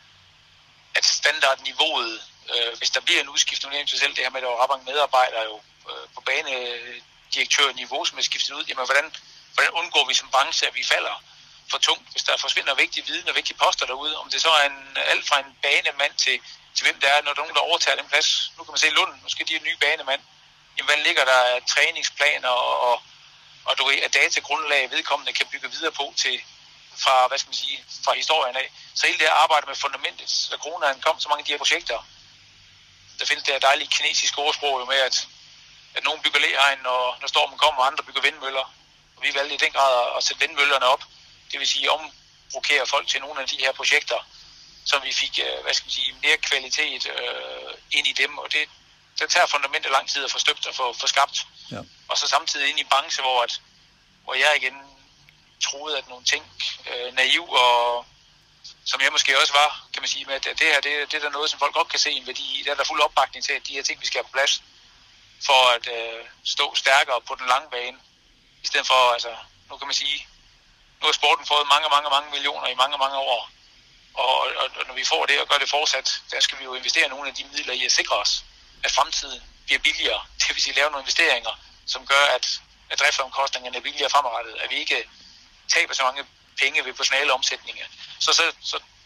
at standardniveauet, øh, hvis der bliver en udskiftning, nævnt sig selv det her med, at der er ret mange medarbejdere jo øh, på banedirektørniveau, som er skiftet ud, jamen hvordan, hvordan undgår vi som branche, at vi falder for tungt, hvis der forsvinder vigtig viden og vigtige poster derude, om det så er en, alt fra en banemand til, til hvem der er, når der er nogen, der overtager den plads. Nu kan man se Lund, måske de er en ny banemand. Jamen, hvordan ligger der af træningsplaner og, og, og du ved, at datagrundlag vedkommende kan bygge videre på til, fra, hvad skal man sige, fra historien af. Så hele det her arbejde med fundamentet, da coronaen kom, så mange af de her projekter, der findes det her dejlige kinesiske ordsprog jo med, at, at nogen bygger læhegn, når, når stormen kommer, og andre bygger vindmøller. Og vi valgte i den grad at, at sætte vindmøllerne op. Det vil sige, omrokere folk til nogle af de her projekter, så vi fik, hvad skal man sige, mere kvalitet øh, ind i dem, og det, det tager fundamentet lang tid at få støbt og få, få skabt. Ja. Og så samtidig ind i en branche, hvor, at, hvor jeg igen troede, at nogle ting øh, naiv, og som jeg måske også var, kan man sige, med, at det her, det, det er der noget, som folk godt kan se en værdi. Der er der fuld opbakning til, at de her ting, vi skal have på plads, for at øh, stå stærkere på den lange bane. I stedet for, altså, nu kan man sige, nu har sporten fået mange, mange, mange millioner i mange, mange år. Og, og, og når vi får det og gør det fortsat, der skal vi jo investere nogle af de midler i at sikre os, at fremtiden bliver billigere. Det vil sige lave nogle investeringer, som gør, at, at driftsomkostningerne er billigere fremadrettet. At vi ikke taber så mange penge ved personaleomsætninger. Så, så, så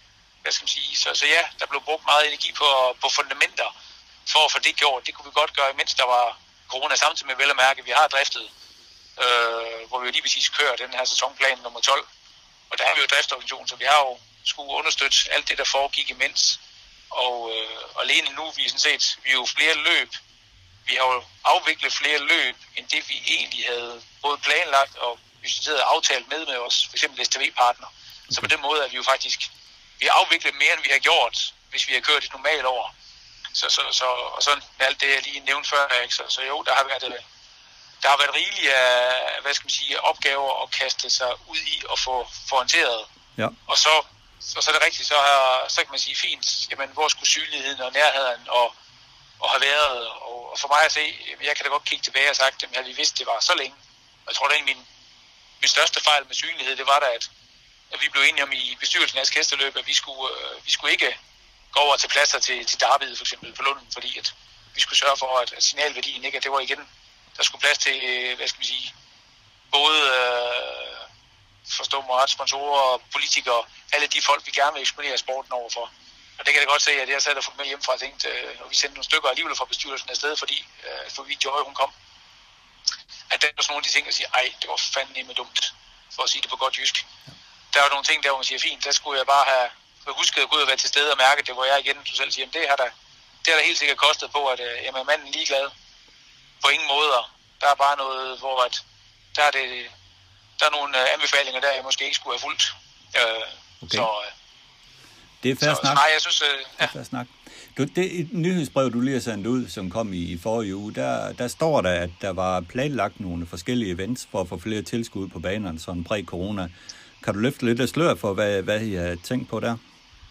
hvad skal man sige, så, så ja, der blev brugt meget energi på, på fundamenter for at få det gjort. Det kunne vi godt gøre, mens der var corona, samtidig med vel at mærke, vi har driftet, øh, hvor vi jo lige præcis kører den her sæsonplan nummer tolv. Og der er vi jo driftsorganisation, så vi har jo skulle understøtte alt det, der foregik imens. Og, øh, og alene nu, vi er sådan set, vi er jo flere løb. Vi har jo afviklet flere løb, end det vi egentlig havde både planlagt og budgetteret og aftalt med med os, f.eks. S T V-partner. Så på den måde er vi jo faktisk, vi har afviklet mere, end vi har gjort, hvis vi har kørt et normalt år. Så, så, så, og sådan med alt det, jeg lige nævnte før, ikke? Så, så jo, der har været, der har været rigeligt af, hvad skal man sige, opgaver at kaste sig ud i og få, få håndteret. Ja. Og så, og så er det rigtigt, så, har, så kan man sige fint, jamen hvor skulle synligheden og nærheden og, og have været, og, og for mig at se, jeg kan da godt kigge tilbage og sagt, at vi vidste, det var så længe. Og jeg tror, at min, min største fejl med synlighed, det var da, at, at vi blev enige om i bestyrelsen af Hesteløb, at vi skulle, øh, vi skulle ikke gå over til pladser til, til Derbyet, for eksempel på Lunden, fordi at vi skulle sørge for, at, at signalværdien ikke, at det var igen, der skulle plads til, hvad skal man sige, både øh, forstå mig ret, sponsorer, politikere, alle de folk, vi gerne vil eksponere sporten overfor. Og det kan jeg godt se, at jeg sad og fået med hjemmefra og tænkte, øh, og vi sendte nogle stykker alligevel fra bestyrelsen afsted, fordi øh, for vi Joy, hun kom, at der var sådan nogle af de ting, der siger, ej, det var fandme dumt, for at sige det på godt jysk. Der var nogle ting, der hvor man siger, fint, der skulle jeg bare have husket at gå ud og være til stede og mærke, det var jeg igen, du selv siger, det har der, det har der helt sikkert kostet på, at øh, jamen, manden er ligeglad. På ingen måder. Der er bare noget, hvor at, der, er det, der er nogle øh, anbefalinger, der jeg måske ikke skulle have fulgt. Øh, okay. Så, øh, det er fair så, snak. Så, nej, jeg synes, øh, ja. Det er fair snak. Du, det et nyhedsbrev, du lige har sendt ud, som kom i, i forrige uge, der, der står der, at der var planlagt nogle forskellige events for at få flere tilskud på banerne, sådan præ-corona. Kan du løfte lidt af slør for, hvad, hvad I har tænkt på der?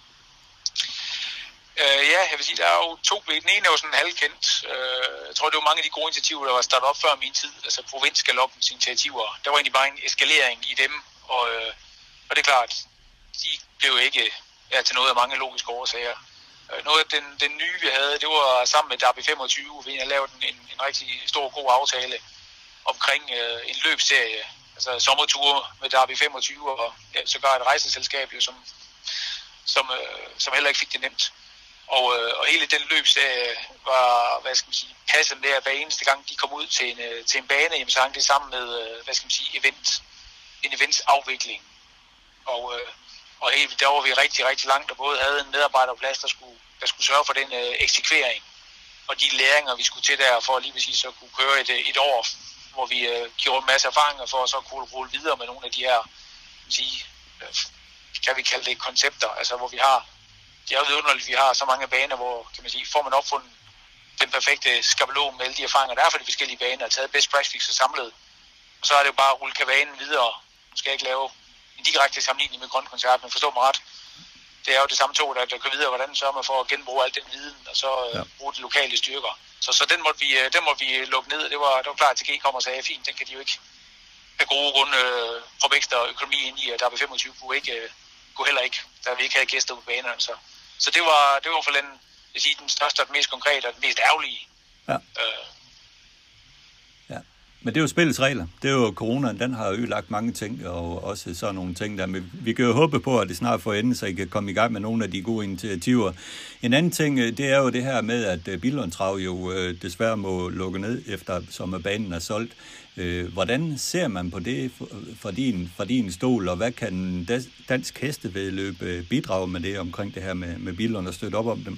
Uh, ja, jeg vil sige, der er jo to ben. Den ene er jo sådan halvkendt. Uh, jeg tror, det var mange af de gode initiativer, der var startet op før min tid. Altså provinsgaloppens initiativer. Der var egentlig bare en eskalering i dem. Og, uh, og det er klart, de blev ikke ja, til noget af mange logiske årsager. Uh, noget af den, den nye, vi havde, det var sammen med Derby femogtyve. Vi har lavet en, en, en rigtig stor, god aftale omkring uh, en løbsserie. Altså sommerture med Derby femogtyve og ja, sågar et rejseselskab, jo, som, som, uh, som heller ikke fik det nemt. Og, øh, og hele den løbsserie var, hvad skal man sige, passet med, at hver eneste gang de kom ud til en, øh, til en bane, jamen, så hang det sammen med, øh, hvad skal man sige, event, en eventsafvikling. Og, øh, og helt, der var vi rigtig, rigtig langt, og både havde en medarbejderplads, der skulle, der skulle sørge for den øh, eksekvering, og de læringer, vi skulle til der, for lige præcis at kunne køre et, et år, hvor vi øh, gjorde en masse erfaringer for at så kunne rulle videre med nogle af de her, sige, øh, kan vi kalde det koncepter, altså hvor vi har. Det er jo vidunderligt, at vi har så mange baner, hvor kan man sige, får man opfundet den perfekte skabelon med alle de erfaringer, der er for de forskellige baner, og taget best practice og samlet. Og så er det jo bare at rulle kavanen videre. Nu skal jeg ikke lave en direkte sammenligning med Grøn Koncert, men forstå mig ret. Det er jo det samme tog, der, der kører videre, hvordan sørger man for at genbruge al den viden, og så ja. uh, bruge de lokale styrker. Så, så den, måtte vi, den måtte vi lukke ned. Det var, det var klart, at T G kom og sagde, fint, den kan de jo ikke af gode grunde uh, proppe ekstra økonomi ind i, og der er femogtyve kunne ikke, uh, kunne heller ikke, da vi ikke havde gæster på banerne. Så. Så det var det var for den, jeg siger, den største og den mest konkrete og den mest ærgerlige. Ja. Øh. ja. Men det er jo spillets regler. Det er jo coronaen, den har ødelagt mange ting, og også sådan nogle ting der. Men vi kan jo håbe på, at det snart får ende, så I kan komme i gang med nogle af de gode initiativer. En anden ting, det er jo det her med, at Billund Trav jo desværre må lukke ned, efter som banen er solgt. Hvordan ser man på det fra din, fra din stol, og hvad kan Dansk Hestevæddeløb bidrage med det omkring det her med, med Billund og støtte op om dem?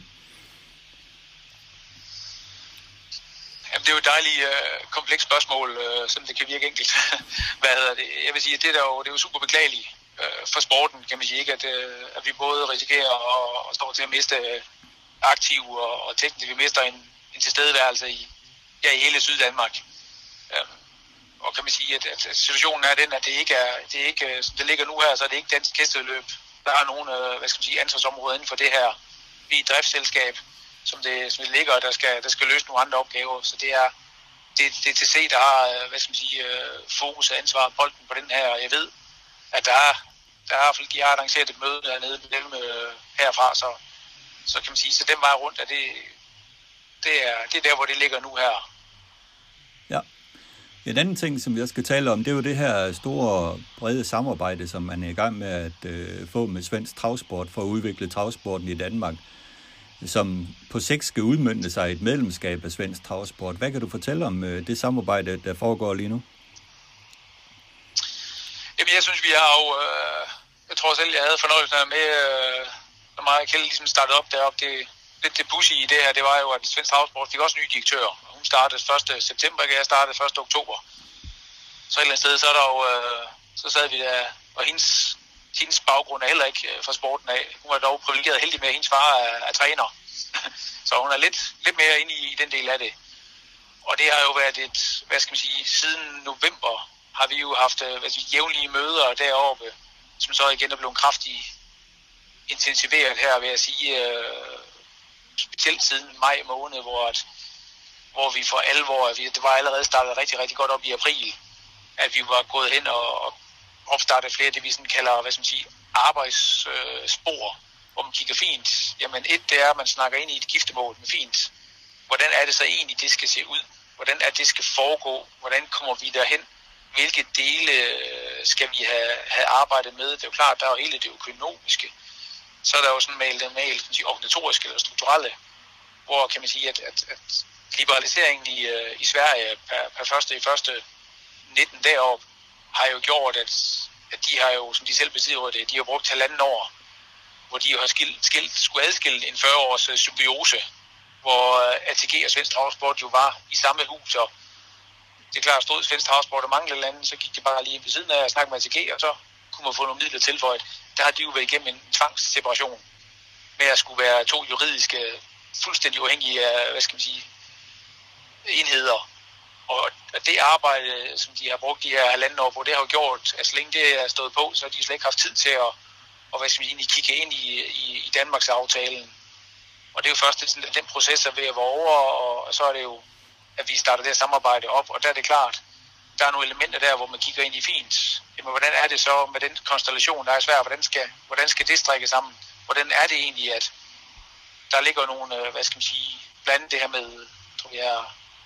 Jamen, det er jo et dejligt uh, komplekst spørgsmål, uh, sådan det kan virke enkelt. Hvad hedder det? Jeg vil sige, at det er jo, det er jo super beklageligt uh, for sporten, kan man sige, ikke? At, uh, at vi både risikerer at, at stå til at miste uh, aktiv og, og teknisk, vi mister en, en tilstedeværelse i, ja, i hele Syddanmark. Uh, Og kan man sige, at, at situationen er den, at det ikke er, det er ikke, som det ligger nu her, så er det ikke Dansk Hestevæddeløb. Der er nogle, hvad skal man sige, ansvarsområder inden for det her. Vi er et driftsselskab, som det, som det ligger, og der skal, der skal løse nogle andre opgaver. Så det er, det, det er T C, der har, hvad skal man sige, fokus og ansvar på bolden på den her. Og jeg ved, at der er, der er, de har arrangeret et møde dernede med dem herfra, så, så kan man sige, så den vej rundt, at det, det er, det er der, hvor det ligger nu her. Ja. En anden ting, som jeg skal tale om, det er jo det her store, brede samarbejde, som man er i gang med at øh, få med svensk travsport for at udvikle travsporten i Danmark, som på sigt skal udmønte sig i et medlemskab af svensk travsport. Hvad kan du fortælle om øh, det samarbejde, der foregår lige nu? Jamen, jeg synes, vi har jo... Øh, jeg tror selv, jeg havde fornøjelsen med, øh, når mig og Kjeld ligesom startede op deroppe. Det, lidt det pussy i det her, det var jo, at svensk travsport fik også nye direktører. Hun startede første september, og jeg startede første oktober. Så et eller andet sted, så er der jo... Øh, så sad vi der, og hendes, hendes baggrund er heller ikke fra sporten af. Hun var dog privilegeret heldig med, at hendes far er, er træner. Så hun er lidt, lidt mere inde i, i den del af det. Og det har jo været et, hvad skal man sige, siden november har vi jo haft hvad skal vi, jævnlige møder deroppe, som så igen er blevet kraftigt intensiveret her, vil jeg sige, øh, specielt siden maj måned, hvor, at, hvor vi for alvor, vi, det var allerede startet rigtig, rigtig godt op i april, at vi var gået hen og, og opstartet flere, det vi sådan kalder, hvad skal man sige, arbejdsspor, øh, hvor man kigger fint. Jamen et, det er, at man snakker ind i et giftermål med fint. Hvordan er det så egentlig, det skal se ud? Hvordan er det, det skal foregå? Hvordan kommer vi derhen? Hvilke dele skal vi have, have arbejdet med? Det er jo klart, der er jo hele det økonomiske. Så er der jo sådan malet mail, organisatoriske eller strukturelle, hvor kan man sige, at, at, at liberaliseringen i, i Sverige per, per første i første nitten deroppe har jo gjort, at, at de har jo, som de selv besidder det, de har brugt halvanden år, hvor de jo har skilt, skilt, skulle adskille en fyrre års symbiose, hvor A T G og svensk travsport jo var i samme hus, og det er klart, stod svensk travsport og manglede lande, så gik de bare lige ved siden af at snakke med A T G, og så kunne man få nogle midler tilføjet. Der har de jo været igennem en tvangsseparation med at skulle være to juridiske, fuldstændig uafhængige af, hvad skal man sige, enheder. Og det arbejde, som de har brugt de her halvanden år på, det har jo gjort, at så længe det er stået på, så har de slet ikke haft tid til at, og hvad skal man sige, kigge ind i, i, i Danmarks aftalen. Og det er jo først, sådan, at den proces er ved at være over, og så er det jo, at vi starter det her samarbejde op, og der er det klart, der er nogle elementer der, hvor man kigger ind i fint. Jamen, hvordan er det så med den konstellation, der er svær? Hvordan skal, hvordan skal det strikke sammen? Hvordan er det egentlig, at der ligger nogle, hvad skal man sige, blandt det her med, tror jeg,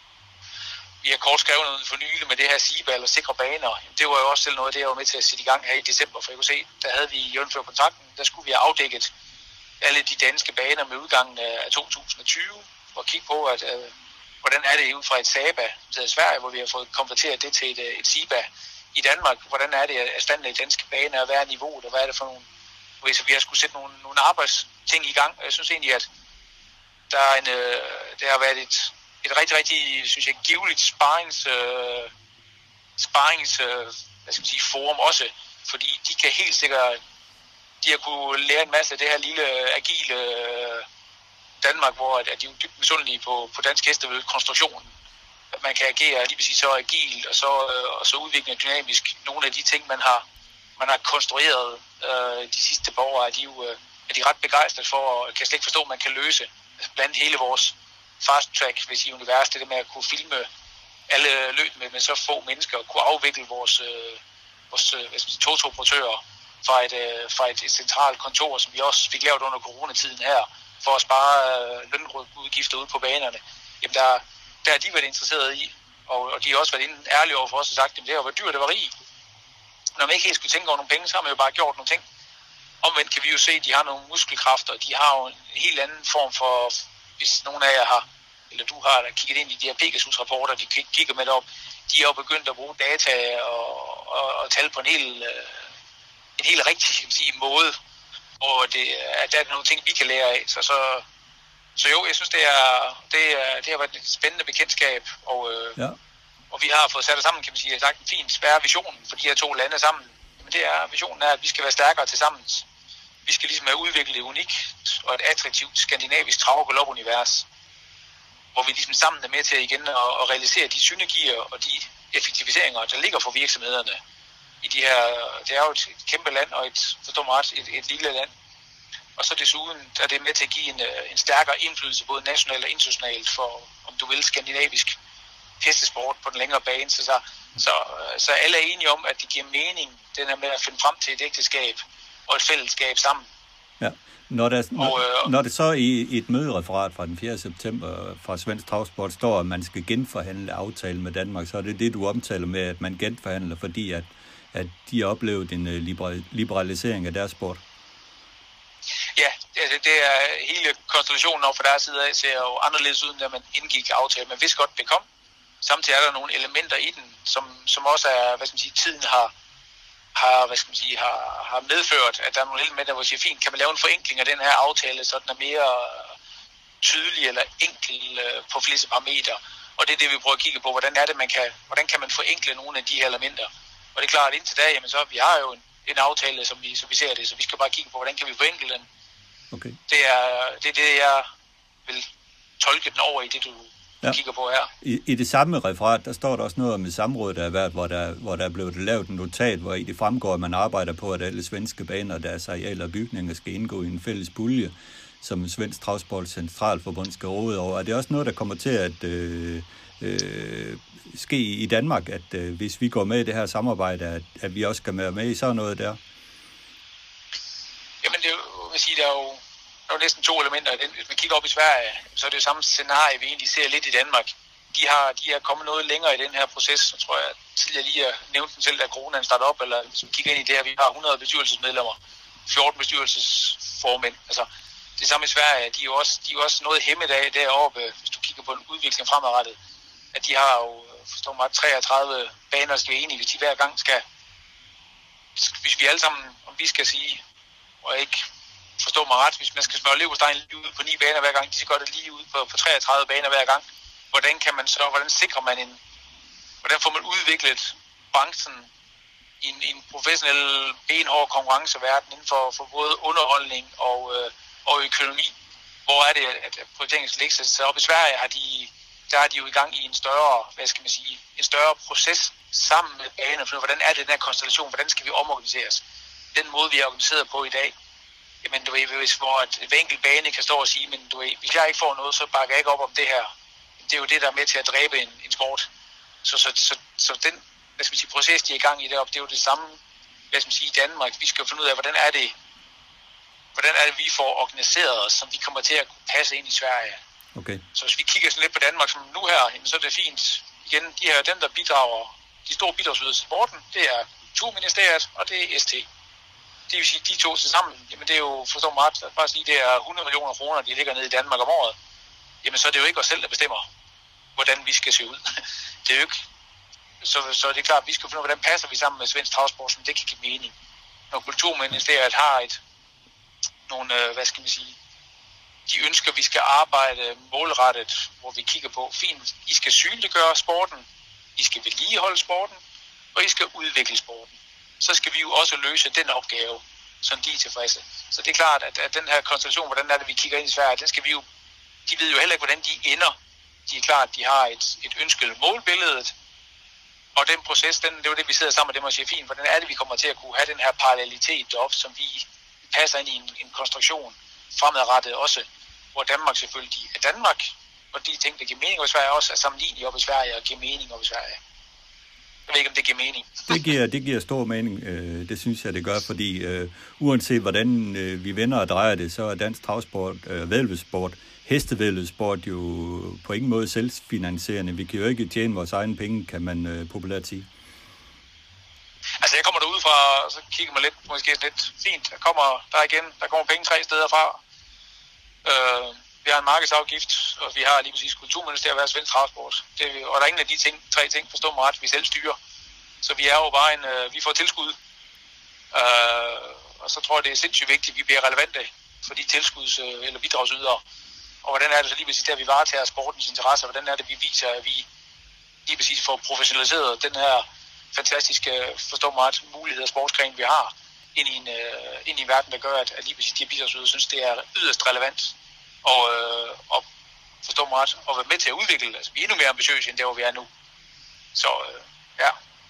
vi har kort skrevet noget for nylig med det her SIBA eller sikre baner. Jamen, det var jo også selv noget, det jeg var med til at sætte i gang her i december, for jeg kunne se, der havde vi i jævnfør kontrakten, der skulle vi have afdækket alle de danske baner med udgangen af to tusind og tyve, og kigge på, at øh, hvordan er det ud fra et SABA i Sverige, hvor vi har fået konverteret det til et, et SIBA i Danmark. Hvordan er det, at standen i danske baner, hvad er niveauet, og hvad er det for nogle... Så vi har skulle sætte nogle, nogle arbejdsting i gang, og jeg synes egentlig, at der er en, øh, det har været et, et rigtig, rigtig, synes jeg, giveligt sparings, øh, sparings øh, hvad skal man sige, forum også, fordi de kan helt sikkert, de har kunne lære en masse af det her lille, agile øh, Danmark, hvor at, at de er dybt misundelige på, på dansk hestevæld konstruktionen. At man kan agere lige præcis så agilt, og så, øh, og så udvikle dynamisk nogle af de ting, man har, man har konstrueret øh, de sidste par år, er de jo øh, er de ret begejstret for, og kan slet ikke forstå, at man kan løse. Altså blandt hele vores fast track, hvis i univers, det der med at kunne filme alle løb med, med så få mennesker, og kunne afvikle vores, øh, vores øh, togtoperatører fra et, øh, fra et, et centralt kontor, som vi også fik lavet under coronatiden her, for at spare øh, lønudgifter ude på banerne. Jamen der, der har de været interesseret i, og, og de har også været inde ærlige over for os og sagt, at det har været dyrt, det var rig. Når man ikke helt skulle tænke over nogle penge, så har man jo bare gjort nogle ting. Omvendt kan vi jo se, at de har nogle muskelkræfter, de har jo en helt anden form for, hvis nogen af jer har, eller du har der kigget ind i de her Pegasus-rapporter, de kigger med op, de har jo begyndt at bruge data og, og, og tal på en helt, en helt rigtig skal man sige, måde, og det, at der er nogle ting, vi kan lære af. Så, så, så jo, jeg synes, det, er, det, er, det har været et spændende bekendtskab, og, ja. Og vi har fået sat det sammen, kan man sige, sagt en fin svær vision for de her to lande sammen. Men det er, visionen er, at vi skal være stærkere til sammen. Vi skal ligesom have udviklet et unikt og et attraktivt skandinavisk trav- og galop-univers, hvor vi ligesom sammen er med til igen at, at realisere de synergier og de effektiviseringer, der ligger for virksomhederne i de her. Det er jo et, et kæmpe land og et, forstår mig ret, et, et lille land. Og så desuden er det med til at give en, en stærkere indflydelse både nationalt og internationalt for, om du vil, skandinavisk hestesport på den længere bane. Så, så, så, så alle er enige om, at det giver mening, den her med at finde frem til et ægteskab og et fællesskab sammen. Ja. Når, der, når, og, øh, når det så i, i et mødereferat fra den fjerde september fra Svensk Travsport står, at man skal genforhandle aftalen med Danmark, så er det det, du omtaler med, at man genforhandler, fordi at, at de har oplevet en liberalisering af deres sport. Ja, altså det er hele konstellationen over for deres side af, ser jo anderledes ud, når man indgik aftalen. Man vidste godt, det kom. Samtidig er der nogle elementer i den, som, som også er, hvad skal man sige, tiden har, har, hvad skal man sige, har, har medført, at der er nogle elementer, hvor man siger, fint, kan man lave en forenkling af den her aftale, så den er mere tydelig eller enkel på fleste parametre. Og det er det, vi prøver at kigge på, hvordan er det, man kan, hvordan kan man forenkle nogle af de her elementer. Og det er klart, at indtil da, jamen så vi har jo en, en aftale, som vi, som vi ser det, så vi skal bare kigge på, hvordan kan vi forenkle den. Okay. Det er det, er det jeg vil tolke den over i det, du ja. kigger på her. I, I det samme referat, der står der også noget om et samråd, der har været, hvor der, hvor der er blevet lavet en notat, hvor i det fremgår, at man arbejder på, at alle svenske baner og deres arealer og bygninger skal indgå i en fælles pulje, som Svensk Travsport Centralforbund skal råde over. Er det også noget, der kommer til at øh, øh, ske i Danmark, at øh, hvis vi går med i det her samarbejde, at, at vi også skal være med i sådan noget der? Jamen, det vil sige, der er jo der er næsten to elementer. Hvis man kigger op i Sverige, så er det jo samme scenarie, vi egentlig ser lidt i Danmark. De har, de er kommet noget længere i den her proces. Jeg tror, jeg tidligere lige nævnte den selv, da coronaen startede op, eller hvis man kigger ind i det her, vi har hundrede bestyrelsesmedlemmer, fjorten bestyrelsesformænd. Altså, det samme i Sverige, de er jo også, de er jo også noget hæmmet af deroppe, hvis du kigger på en udvikling fremadrettet. At de har jo, forstår mig, treogtredive baner, skal vi enige, hvis de hver gang skal, hvis vi alle sammen, om vi skal sige, og ikke forstå mig ret, hvis man skal smøre leverpostejen lige ud på ni baner hver gang, de skal gøre det lige ud på, på treogtredive baner hver gang. Hvordan kan man så, hvordan sikrer man en, hvordan får man udviklet branchen i en, i en professionel, benhård konkurrenceverden inden for, for både underholdning og, øh, og økonomi? Hvor er det, at prioriteringen skal lægge sig op i Sverige, har de, der er de jo i gang i en større, hvad skal man sige, en større proces sammen med baner, for hvordan er det den her konstellation, hvordan skal vi omorganiseres? Den måde, vi er organiseret på i dag, jamen du ved, hvis hvor et, et enkelt bane kan stå og sige, men du ved, hvis jeg ikke får noget, så bakker jeg ikke op om det her. Det er jo det, der er med til at dræbe en, en sport. Så, så, så, så den, hvad skal man sige, proces, de er i gang i deroppe, det er jo det samme, hvad skal man sige, i Danmark. Vi skal jo finde ud af, hvordan er det, hvordan er det, vi får organiseret os, som vi kommer til at kunne passe ind i Sverige. Okay. Så hvis vi kigger sådan lidt på Danmark som nu her, jamen, så er det fint. Igen, de her dem, der bidrager, de store bidragsydere til sporten, det er Kulturministeriet, og det er S T. Det vil sige, de to til sammen, jamen det er jo, forstår mig ret, bare sige, det er hundrede millioner kroner, de ligger nede i Danmark om året. Jamen så er det jo ikke os selv, der bestemmer, hvordan vi skal se ud. Det er jo ikke. Så, så det er klart, at vi skal finde ud af, hvordan passer vi sammen med Svensk Travsport, som det kan give mening. Når Kulturministeriet har et, nogle, hvad skal man sige, de ønsker, at vi skal arbejde målrettet, hvor vi kigger på, fint, I skal synliggøre sporten, I skal vedligeholde sporten, og I skal udvikle sporten. Så skal vi jo også løse den opgave, som de er tilfredse. Så det er klart, at, at den her konstellation, hvordan er det, vi kigger ind i Sverige, den skal vi jo, de ved jo heller ikke, hvordan de ender. De er klart, at de har et, et ønsket målbillede, og den proces, den, det er jo det, vi sidder sammen med dem og siger, fint, hvordan er det, vi kommer til at kunne have den her parallelitet deroppe, som vi passer ind i en, en konstruktion fremadrettet også, hvor Danmark selvfølgelig er Danmark, og de ting, der giver mening op i Sverige, også er sammenlignelige op i Sverige og giver mening op i Sverige. Jeg ved ikke, om det giver mening. Det giver, det giver stor mening. Det synes jeg, det gør, fordi uh, uanset hvordan uh, vi vender og drejer det, så er dansk travsport, uh, væddeløbssport, hestevæddeløbssport jo på ingen måde selvfinansierende. Vi kan jo ikke tjene vores egne penge, kan man uh, populært sige. Altså jeg kommer derud fra, og så kigger man lidt, måske lidt fint. Der kommer der igen, der kommer penge tre steder fra. Uh, vi har en markedsafgift, og vi har lige præcis Kulturministeriet og Svensk Travsport. Det, og der er ingen af de ting, tre ting, forstår mig ret, vi selv styrer. Så vi er jo bare en, uh, vi får tilskud. Uh, og så tror jeg, det er sindssygt vigtigt, at vi bliver relevante for de tilskuds- uh, eller bidragsydere. Og hvordan er det så lige præcis, at vi varetager sportens interesser? Hvordan er det, vi viser, at vi lige præcis får professionaliseret den her fantastiske, forstår mig ret, mulighed af sportsgren, vi har, ind i en, uh, ind i en verden, der gør, at, at lige præcis de bidragsydere synes, det er yderst relevant. Og, øh, og forstå mig ret, og være med til at udvikle. Altså, vi er endnu mere ambitiøse, end der, hvor vi er nu. Så, øh, ja.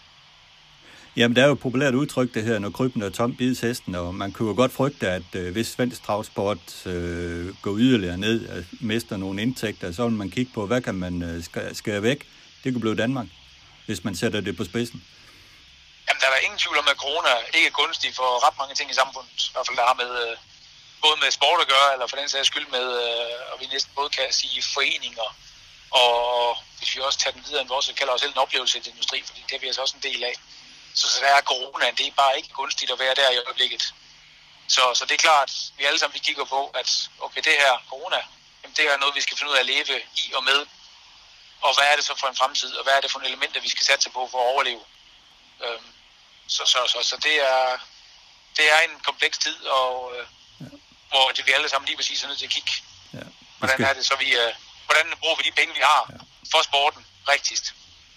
Jamen, der er jo et populært udtryk, det her, når krybben er tom, bides hesten, og man kunne jo godt frygte, at øh, hvis Svensk Travsport øh, går yderligere ned og mister nogle indtægter, så vil man kigge på, hvad kan man øh, skære væk. Det kunne blive Danmark, hvis man sætter det på spidsen. Jamen, der er ingen tvivl om, at corona ikke er gunstig for ret mange ting i samfundet. I hvert fald, der har med... Øh, både med sport at gøre, eller for den sags skyld med, øh, og vi næsten både kan sige foreninger, og hvis vi også tager den videre end vores, så kalder os selv en oplevelsesindustri, fordi det er vi altså også en del af. Så, så der er coronaen, det er bare ikke gunstigt at være der i øjeblikket. Så, så det er klart, vi alle sammen vi kigger på, at okay, det her corona, jamen, det er noget, vi skal finde ud af at leve i og med. Og hvad er det så for en fremtid, og hvad er det for nogle elementer, vi skal satse på for at overleve. Øhm, så, så, så, så det er det er en kompleks tid, og øh, ja. hvor det, vi alle sammen lige præcis er nødt til at kigge. Ja. Hvordan skal... er det så, vi, øh, hvordan bruger vi de penge, vi har ja. for sporten rigtigst.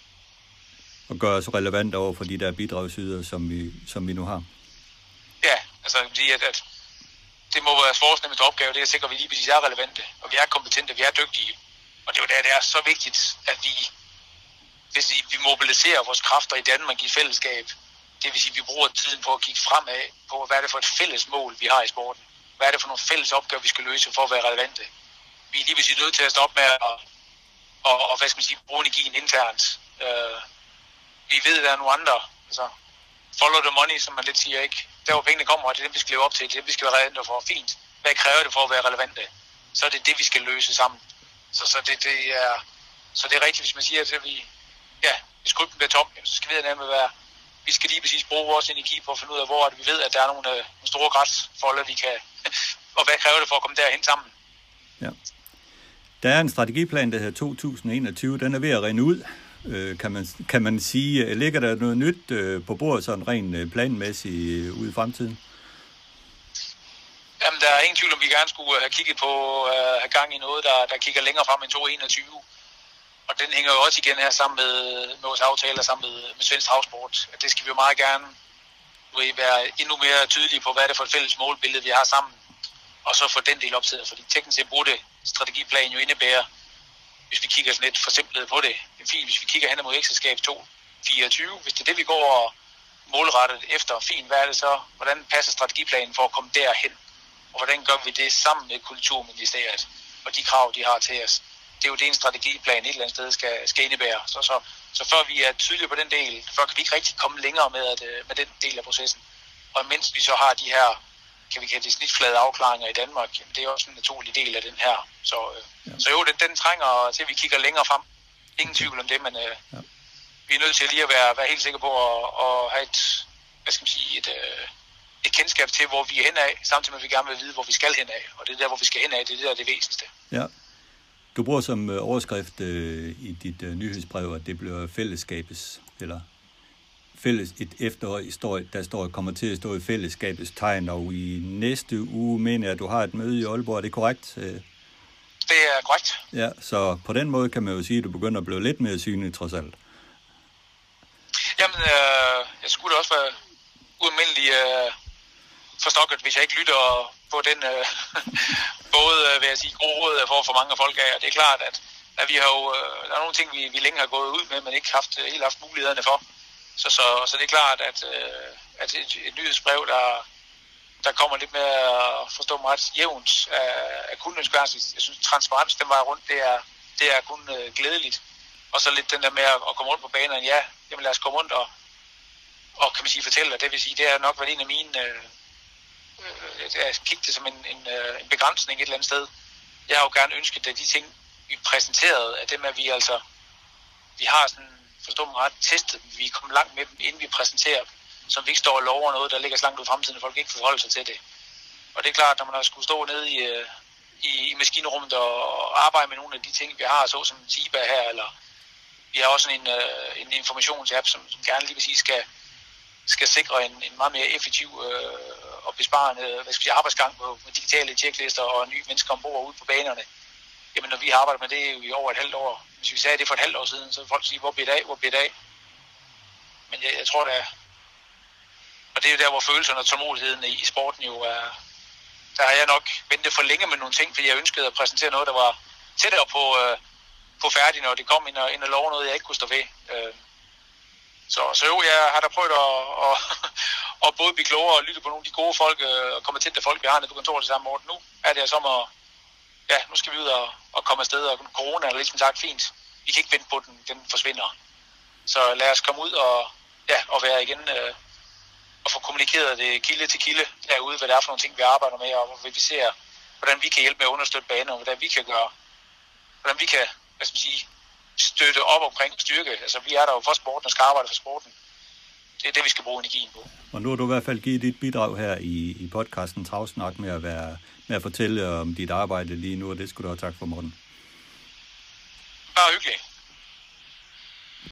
Og gøre os relevant over for de der bidragsydere, som vi, som vi nu har. Ja, altså fordi at, at det må være vores nemmeste opgave, det er at sikre, at vi lige præcis er relevante, og vi er kompetente, vi er dygtige. Og det er jo der, det er så vigtigt, at vi, hvis vi, vi mobiliserer vores kræfter i Danmark i fællesskab, det vil sige, at vi bruger tiden på at kigge fremad på, hvad er det for et fælles mål, vi har i sporten. Hvad er det for nogle fælles opgaver, vi skal løse for at være relevante. Vi er lige præcis nødt til at stoppe med at og, og, hvad skal man sige, bruge energien internt. Uh, vi ved, at der er nogle andre, altså follow the money, som man lidt siger, ikke? Der hvor pengene kommer, og det er det, vi skal leve op til, det er det, vi skal være relevante for. Fint. Hvad kræver det for at være relevante? Så er det det, vi skal løse sammen. Så, så, det, det er, så det er rigtigt, hvis man siger, at vi, ja, hvis krybben bliver tom, så skal vi nærmere være, vi skal lige præcis bruge vores energi på at finde ud af, hvor vi ved, at der er nogle, nogle store græsfolder, vi kan, og hvad kræver det for at komme derhen sammen. Ja. Der er en strategiplan, der hedder to tusind enogtyve, den er ved at rinde ud. Øh, kan, man, kan man sige, ligger der noget nyt øh, på bordet, sådan rent øh, planmæssigt øh, ude i fremtiden? Jamen, der er ingen tvivl om, vi gerne skulle have kigget på at uh, have gang i noget, der, der kigger længere frem end to tusind enogtyve. Og den hænger jo også igen her sammen med, med vores aftaler, sammen med, med Svensk Travsport. Det skal vi jo meget gerne være endnu mere tydelige på, hvad er det for et fælles målbillede, vi har sammen. Og så få den del opsættet, fordi teknisk set burde strategiplanen jo indebære, hvis vi kigger sådan lidt forsimplet på det. Det er fint, hvis vi kigger hen mod ægteskab to tusind fireogtyve, hvis det er det, vi går målrettet efter, fint, hvad er det så? Hvordan passer strategiplanen for at komme derhen? Og hvordan gør vi det sammen med Kulturministeriet og de krav, de har til os? Det er jo det, en strategiplan et eller andet sted skal, skal indebære. Så, så, så før vi er tydelige på den del, før kan vi ikke rigtig komme længere med, at, med den del af processen. Og mens vi så har de her, kan vi kalde det snitflade afklaringer i Danmark, jamen det er også en naturlig del af den her. Så, ja. så jo, den, den trænger til, at vi kigger længere frem. Ingen tvivl om det, men øh, ja. vi er nødt til lige at være, være helt sikre på at, at have et, hvad skal man sige, et... Øh, et kendskab til, hvor vi er henad, samtidig med, at vi gerne vil vide, hvor vi skal henad. Og det er der, hvor vi skal henad, det er det, der er det væsentligste. Ja. Du bruger som uh, overskrift uh, i dit uh, nyhedsbrev, at det bliver fællesskabets, eller fælles, et efterår, står, der står, kommer til at stå i fællesskabets tegn, og i næste uge mener jeg, at du har et møde i Aalborg. Er det korrekt? Uh... Det er korrekt. Ja, så på den måde kan man jo sige, at du begynder at blive lidt mere synlig, trods alt. Jamen, øh, jeg skulle da også være ualmindelig... Øh forstokket, hvis jeg ikke lytter på den øh, både, vil jeg sige, gode råd, jeg får for mange folk af. Og det er klart, at, at vi har jo, øh, der er nogle ting, vi, vi længe har gået ud med, men ikke haft, helt haft mulighederne for. Så, så, så det er klart, at, øh, at et, et nyhedsbrev, der, der kommer lidt mere at forstå mig ret jævnt af, af kundeønskværelse. Jeg synes, transparens, den var rundt, det er, det er kun øh, glædeligt. Og så lidt den der med at, at komme rundt på banerne. Ja, jamen lad os komme rundt og, og kan man sige, fortælle, at det vil sige, det er nok været en af mine... Øh, jeg kigge det som en, en, en begrænsning et eller andet sted. Jeg har jo gerne ønsket, at de ting, vi præsenterede, at dem, at vi altså, vi har sådan, forstå mig ret, testet dem, vi er kommet langt med dem, inden vi præsenterer dem, som vi ikke står og lover noget, der ligger så langt ud i fremtiden, og folk ikke forholder sig til det. Og det er klart, når man har skulle stå nede i, i, i maskinrummet og arbejde med nogle af de ting, vi har, så som Tiba her, eller vi har også en, en informationsapp, som, som gerne lige præcis skal, skal sikre en, en meget mere effektiv øh, og besparende hvad skal jeg sige, arbejdsgang på, på digitale tjeklister og nye mennesker ombord ude på banerne. Jamen når vi har arbejdet med det i over et halvt år, hvis vi sagde det for et halvt år siden, så vil folk sige, hvor bliver det af, hvor bliver det af? Men jeg, jeg tror, det er, og det er jo der, hvor følelserne og tålmodigheden i, i sporten jo er, der har jeg nok ventet for længe med nogle ting, fordi jeg ønskede at præsentere noget, der var tættere på, øh, på færdig, når det kom ind og, ind og love noget, jeg ikke kunne stå ved. Øh, Så, så jo, jeg har da prøvet at, at, at både blive klogere og lytte på nogle af de gode folk og kompetente folk, vi har nede på kontoret til samme år. Nu er det som at, ja, nu skal vi ud og, og komme afsted, og corona er ligesom sagt fint. Vi kan ikke vente på den, den forsvinder. Så lad os komme ud og, ja, og være igen, øh, at få kommunikeret det kilde til kilde derude, hvad det er for nogle ting, vi arbejder med, og hvad vi ser, hvordan vi kan hjælpe med at understøtte banen, og hvordan vi kan gøre, hvordan vi kan, hvad skal man sige, støtte op omkring styrke. Altså, vi er der jo for sporten og skal arbejde for sporten. Det er det, vi skal bruge energien på. Og nu har du i hvert fald givet dit bidrag her i, i podcasten Travsnak med at, være, med at fortælle om dit arbejde lige nu, og det skulle du have tak for, Morten. Bare hyggeligt.